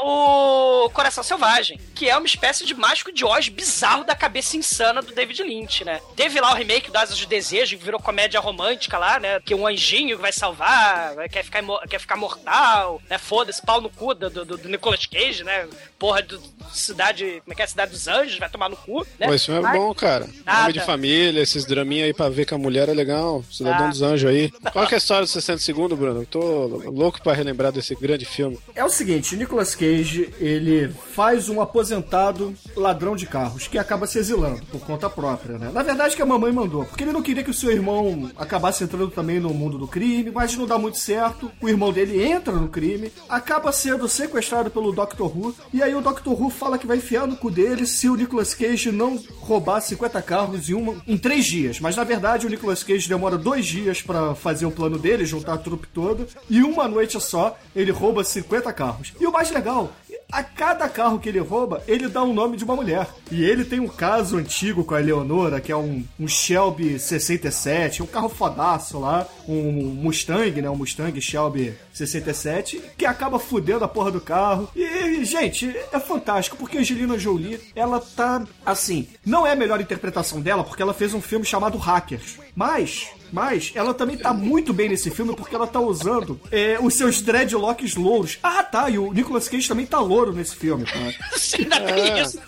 o Coração Selvagem, que é uma espécie de mágico de Oz bizarro da cabeça insana do David Lynch, né. Teve lá o remake do Asas do Desejo, que virou comédia romântica lá, né, que um anjinho que vai salvar, quer ficar, quer ficar mortal, né, foda-se, pau no cu do, do, do Nicolas Cage, né, porra do cidade, como é que é, Cidade dos Anjos, vai tomar no cu, né. Pô, esse filme é Mas... bom, cara. Nada. Nome de família, esses draminha aí pra ver com a mulher é legal. Cidadão Ah. dos Anjos aí. Qual que é a história dos sessenta segundos, Bruno? Eu tô louco pra relembrar desse grande filme. É o seguinte, Nicolas Cage, ele faz um aposentado ladrão de carros, que acaba se exilando por conta própria, né? Na verdade que a mamãe mandou, porque ele não queria que o seu irmão acabasse entrando também no mundo do crime, mas não dá muito certo. O irmão dele entra no crime, acaba sendo sequestrado pelo doutor Who, e aí o doutor Who fala que vai enfiar no cu dele se o Nicolas Cage não roubar cinquenta carros em, uma, em três dias. Mas na verdade o Nicolas Cage demora dois dias pra fazer o plano dele, juntar a trupe toda, e uma noite só ele rouba cinquenta carros. E o mais legal, a cada carro que ele rouba, ele dá um nome de uma mulher. E ele tem um caso antigo com a Eleonora, que é um, um Shelby sessenta e sete, um carro fodaço lá, um Mustang, né? Um Mustang Shelby sessenta e sete, que acaba fudendo a porra do carro. E, gente, é fantástico, porque a Angelina Jolie, ela tá, assim, não é a melhor interpretação dela, porque ela fez um filme chamado Hackers. Mas... Mas ela também tá muito bem nesse filme porque ela tá usando é, os seus dreadlocks louros. Ah, tá, e o Nicolas Cage também tá louro nesse filme. Você ainda tem isso?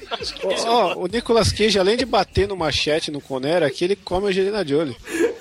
Ó, oh, o Nicolas Cage, além de bater no machete no Conner, aqui ele come a Angelina Jolie.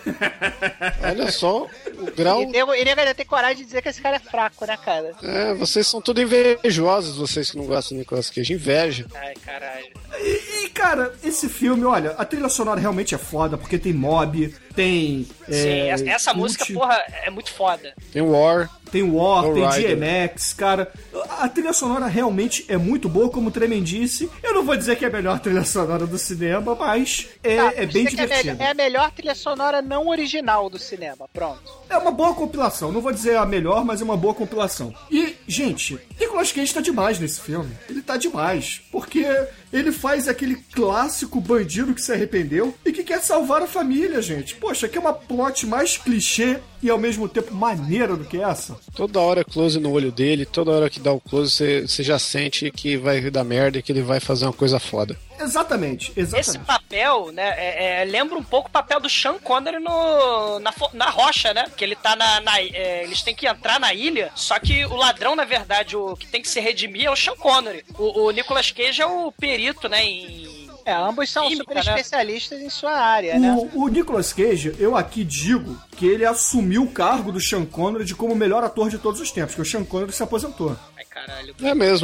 Olha só o grau... E nego ainda tem coragem de dizer que esse cara é fraco, né, cara? É, vocês são tudo invejosos, vocês que não gostam do Nicolas Cage. Inveja. Ai, caralho. E, e, cara, esse filme, olha, a trilha sonora realmente é foda, porque tem mob, tem... Sim, é, essa, essa música, porra, é muito foda. Tem War. Tem War, No tem Rider. D M X, cara. A trilha sonora realmente é muito boa, como o Tremendice. Eu não vou dizer que é a melhor trilha sonora do cinema, mas é, Tá, é bem você que é, divertida. melhor- é a melhor trilha sonora não original do cinema, pronto. É uma boa compilação. Não vou dizer a melhor, mas é uma boa compilação. E, gente, Nicolas Cage tá demais nesse filme. Ele tá demais. Porque ele faz aquele clássico bandido que se arrependeu e que quer salvar a família, gente. Poxa, que é uma plot mais clichê e ao mesmo tempo maneira do que essa. Toda hora close no olho dele, toda hora que dá o close, você, você já sente que vai dar merda e que ele vai fazer uma coisa foda. Exatamente, exatamente. Esse papel, né, é, é, lembra um pouco o papel do Sean Connery no, na, fo- na rocha, né? Que ele tá na. na- é, eles têm que entrar na ilha, só que o ladrão, na verdade, o que tem que se redimir é o Sean Connery. O, o Nicolas Cage é o perito, né? Em... É, ambos são Química, super né? especialistas em sua área, né? O, o Nicolas Cage, eu aqui digo que ele assumiu o cargo do Sean Connery de como o melhor ator de todos os tempos, que o Sean Connery se aposentou. Ai, caralho. É mesmo, né?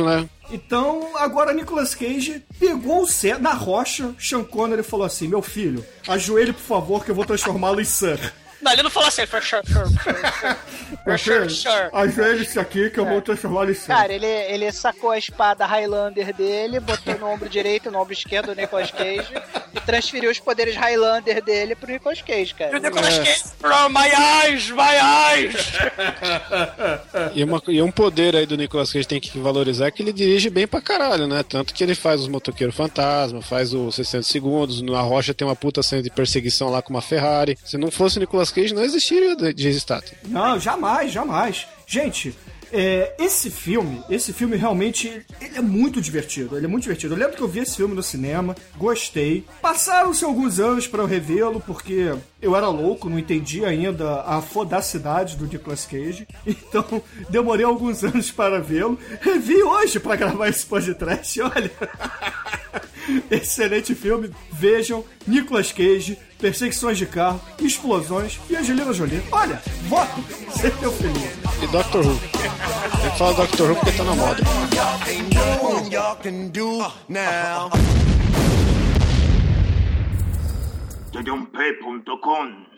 Então, agora Nicolas Cage pegou o Sir na rocha, Sean Connery falou assim, meu filho, ajoelhe por favor que eu vou transformá-lo em Sir. Não, ele não falou assim, for sure, sure, sure. For sure, sure. Ajoelhe-se aqui que eu vou transformá-lo em Sir. Cara, ele, ele sacou a espada Highlander dele, botou no ombro direito e no ombro esquerdo do Nicolas Cage e transferiu os poderes Highlander dele pro Nicolas Cage, cara. O Nicolas Cage, bro, my eyes, my eyes! E, uma, e um poder aí do Nicolas Cage tem que valorizar é que ele dirige bem pra caralho, né? Tanto que ele faz os motoqueiros fantasma, faz os sessenta segundos, na rocha tem uma puta cena de perseguição lá com uma Ferrari. Se não fosse o Nicolas Cage, não existiria Jason Statham. Não, jamais, jamais. Gente, é, esse filme, esse filme realmente, ele é muito divertido, ele é muito divertido. Eu lembro que eu vi esse filme no cinema, gostei. Passaram-se alguns anos pra eu revê-lo, porque eu era louco, não entendi ainda a fodacidade do Nicolas Cage. Então, demorei alguns anos para vê-lo. Revi hoje pra gravar esse podcast, olha... Excelente filme, vejam, Nicolas Cage, perseguições de carro, explosões e Angelina Jolie. Olha, voto, sempre eu feliz. E Doctor Who. Tem que falar Doctor Who porque tá na moda. D um P ponto com.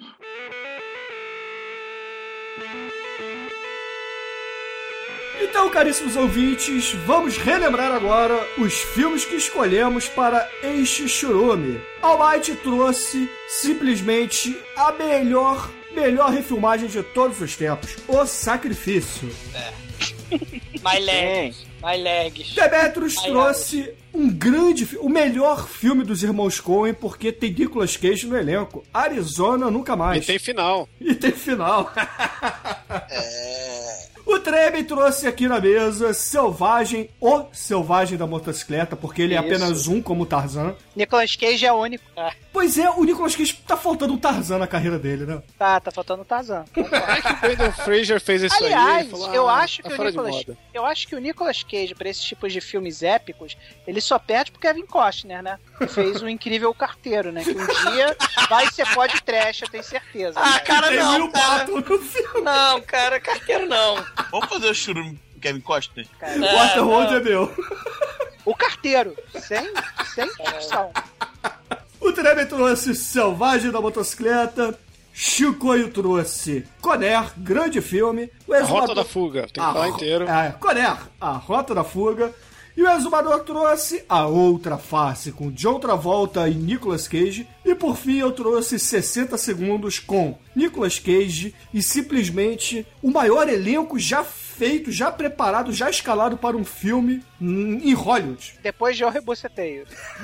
Então, caríssimos ouvintes, vamos relembrar agora os filmes que escolhemos para este churume. Almighty trouxe simplesmente a melhor, melhor refilmagem de todos os tempos, O Sacrifício. É. My legs, my legs. Demetrius trouxe um grande, o melhor filme dos irmãos Coen, porque tem Nicolas Cage no elenco. Arizona Nunca Mais. E tem final. E tem final. É... O Treme trouxe aqui na mesa Selvagem, o Selvagem da Motocicleta, porque ele é Isso. apenas um como Tarzan. Nicolas Cage é o único. Ah. Pois é, o Nicolas Cage tá faltando um Tarzan na carreira dele, né? Tá, tá faltando o Tarzan. É que o Brandon Fraser fez isso Aliás, aí. Ele falou, eu ah, acho que tá o fora de Nicolas, moda. eu acho que o Nicolas Cage para esses tipos de filmes épicos, ele só perde pro Kevin Costner, né? Que fez um incrível carteiro, né? Que um dia vai ser podcast, eu tenho certeza. Ah, cara, Tem não, Will cara. Patton no filme. Não, cara, carteiro não. Vamos fazer o churume com Kevin Costner? Cara, Waterworld é meu. o carteiro, sem, sem discussão. O Treme trouxe Selvagem da Motocicleta. Chicoio trouxe Conner, grande filme. O A Exumador... Rota da Fuga, tem que A falar ro- inteiro. É, Conner, A Rota da Fuga. E o Exumador trouxe A Outra Face, com John Travolta e Nicolas Cage. E por fim eu trouxe sessenta segundos com Nicolas Cage e simplesmente o maior elenco já feito, já preparado, já escalado para um filme hum, em Hollywood. Depois de eu rebuceteio.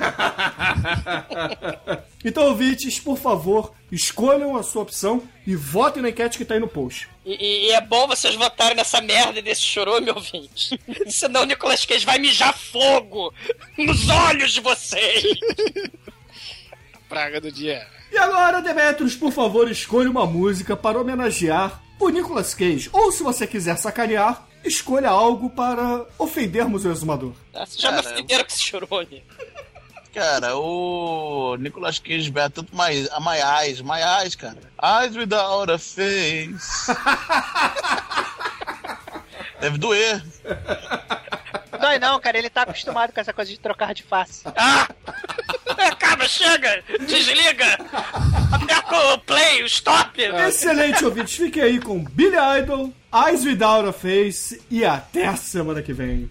Então, ouvintes, por favor, escolham a sua opção e votem na enquete que tá aí no post. E, e é bom vocês votarem nessa merda desse chorume, ouvinte. Senão o Nicolas Cage vai mijar fogo nos olhos de vocês. Praga do dia. E agora, Demetrius, por favor, escolha uma música para homenagear o Nicolas Cage. Ou, se você quiser sacanear, escolha algo para ofendermos o Exumador. Vocês já me Cara, ofenderam com esse chorume. Cara, o Nicolas Cage bebe tanto mais, a My Eyes, My Eyes, cara. Eyes without a face. Deve doer. Não dói não, cara, ele tá acostumado com essa coisa de trocar de face. Ah! Acaba, chega! Desliga! Aperta o play, o stop! Excelente, ouvintes. Fiquem aí com Billy Idol, Eyes Without a Face e até a semana que vem.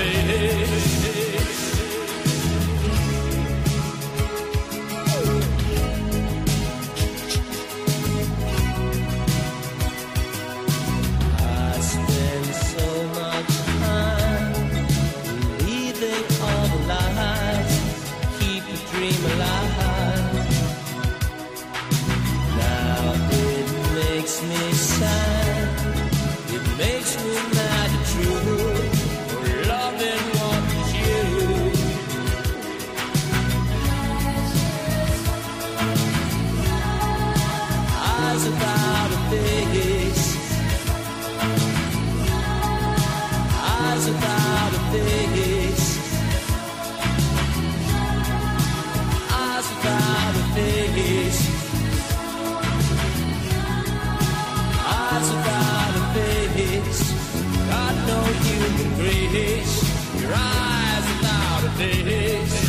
face. I spend so much time believing all the lies, keep the dream alive. Now it makes me sad, it makes me mad at you, for loving what is you. Eyes without a face, eyes without a face, eyes without a face, eyes without a face. Got no human grace. Your eyes without a face.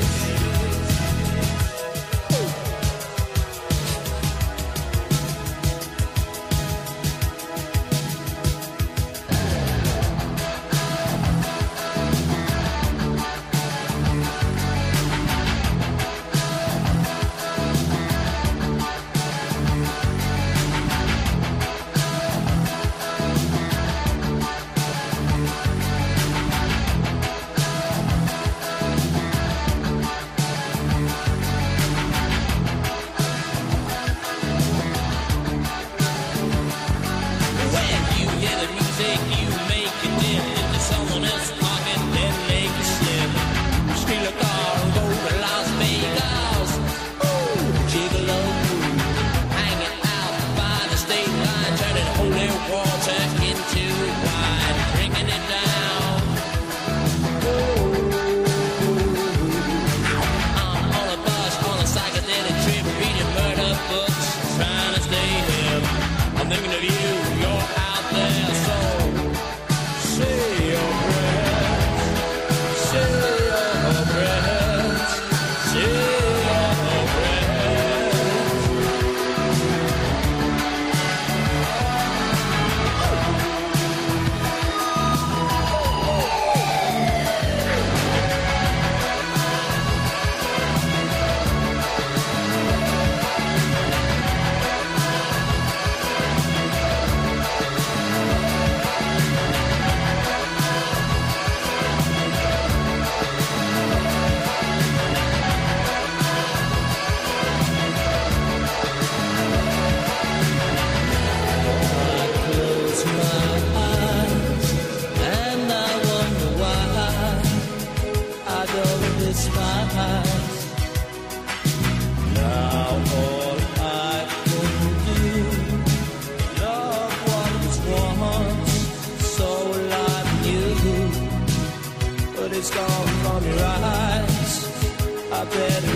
It's gone from your eyes. I better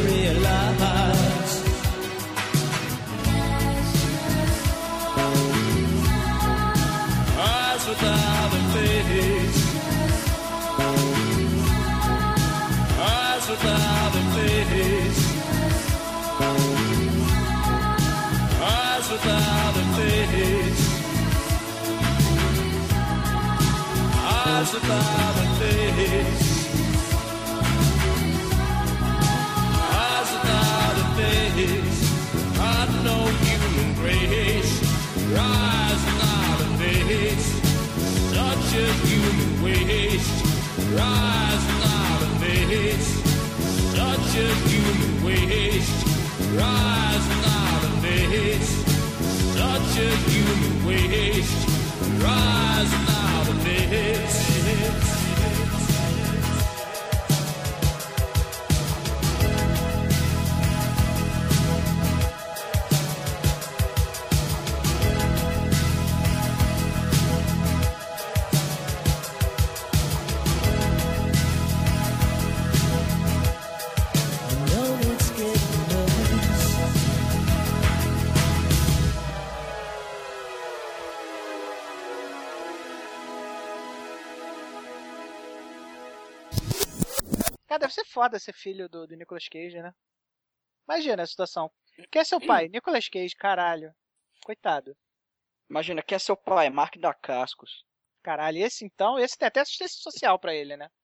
realize. Eyes without a face. Eyes without a face. Eyes without a face. Eyes without a face. Eyes without a face. Got no human grace. Your eyes without a face. Such a human waste. Your eyes without a face. Such a human waste. Your eyes without a face. Such a human waste. Your eyes without a face. Cara, deve ser foda ser filho do, do Nicolas Cage, né? Imagina a situação. Quem é seu pai? Nicolas Cage, caralho. Coitado. Imagina, quem é seu pai? Mark Dacascos. Caralho, esse então, esse tem até assistência social pra ele, né?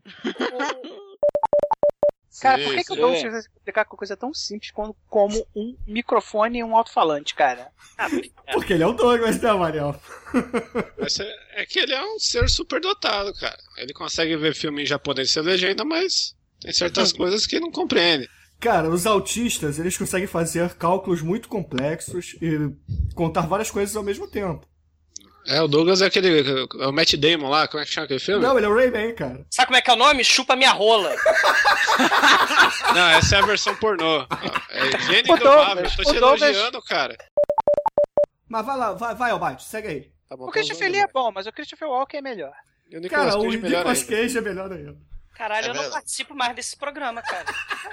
Cara, por que, que o Douglas vai explicar com coisa tão simples como, como um microfone e um alto-falante, cara? Porque ele é o Douglas, né, Mariel? Mas é, é que ele é um ser superdotado, cara. Ele consegue ver filme em japonês sem legenda, mas tem certas coisas que não compreende. Cara, os autistas, eles conseguem fazer cálculos muito complexos e contar várias coisas ao mesmo tempo. É, o Douglas é aquele... É o Matt Damon lá, como é que chama aquele filme? Não, ele é o Rayman, cara. Sabe como é que é o nome? Chupa minha rola. Não, essa é a versão pornô. É gênio indomável, eu tô te elogiando, cara. Mas vai lá, vai, vai Albite, segue aí. Tá bom, O Christopher Lee é bom, mas o Christopher Walken é melhor. E o Nicolas Cara, o Cage melhor Nicolas ainda. Cage é melhor ainda. Caralho, É eu não verdade. participo mais desse programa, cara.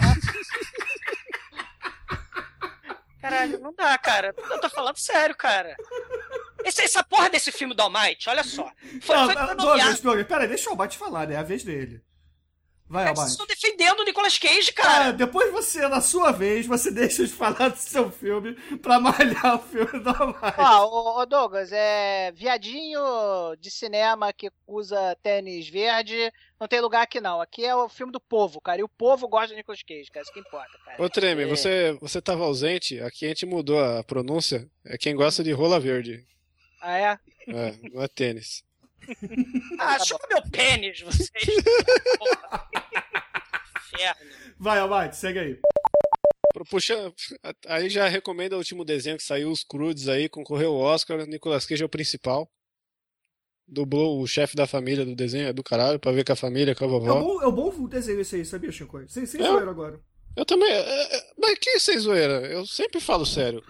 Caralho, não dá, cara. Eu tô falando sério, cara. Esse, essa porra desse filme do All Might, olha só. Foi, Não, foi não, nomeado- Douglas, Douglas, peraí, deixa o Albite falar, né? É a vez dele. Vai, Mas Albite. vocês estão defendendo o Nicolas Cage, Cara, cara. depois você, na sua vez, você deixa de falar do seu filme pra malhar o filme do Albite. Ó, ô, ô Douglas, é viadinho de cinema que usa tênis verde, não tem lugar aqui não. Aqui é o filme do povo, cara. E o povo gosta de Nicolas Cage, cara. Isso que importa, cara. Ô, Treme, É. você, você tava ausente, aqui a gente mudou a pronúncia. É quem gosta de rola verde. Ah, é? É, não é tênis. Ah, chupa meu pênis, vocês. Porra. Inferno. Vai, Albite, segue aí. Puxa, aí já recomendo o último desenho que saiu, os Crudes aí, concorreu ao Oscar, Nicolas Cage é o principal. Dublou o chefe da família do desenho, é do caralho, pra ver com a família, com a É vovó. um bom, é um bom desenho esse aí, sabia, Chico? Sem, sem É. zoeira agora. Eu também. é, é, Mas que sem zoeira? Eu sempre falo sério.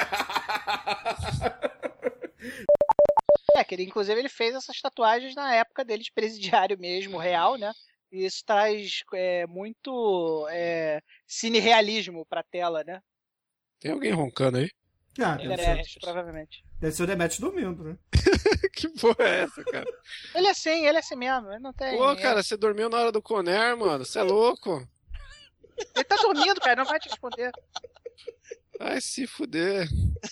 É, que ele, inclusive, ele fez essas tatuagens na época dele de presidiário mesmo, real, né? E isso traz é, muito é, cinerealismo pra tela, né? Tem alguém roncando aí? Ah, deve ser, Demetrius, provavelmente. deve ser o Demetrius dormindo, né? Que porra é essa, cara? Ele é assim, ele é assim mesmo. Ele não tem. Pô, cara, você dormiu na hora do Conner, mano. Você é louco? Ele tá dormindo, cara, não vai te responder. Vai se fuder.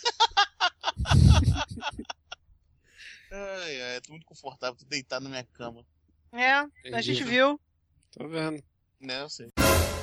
Ai, ai, tô muito confortável, tô deitado na minha cama. É, a gente viu. Tô vendo. Né, eu sei.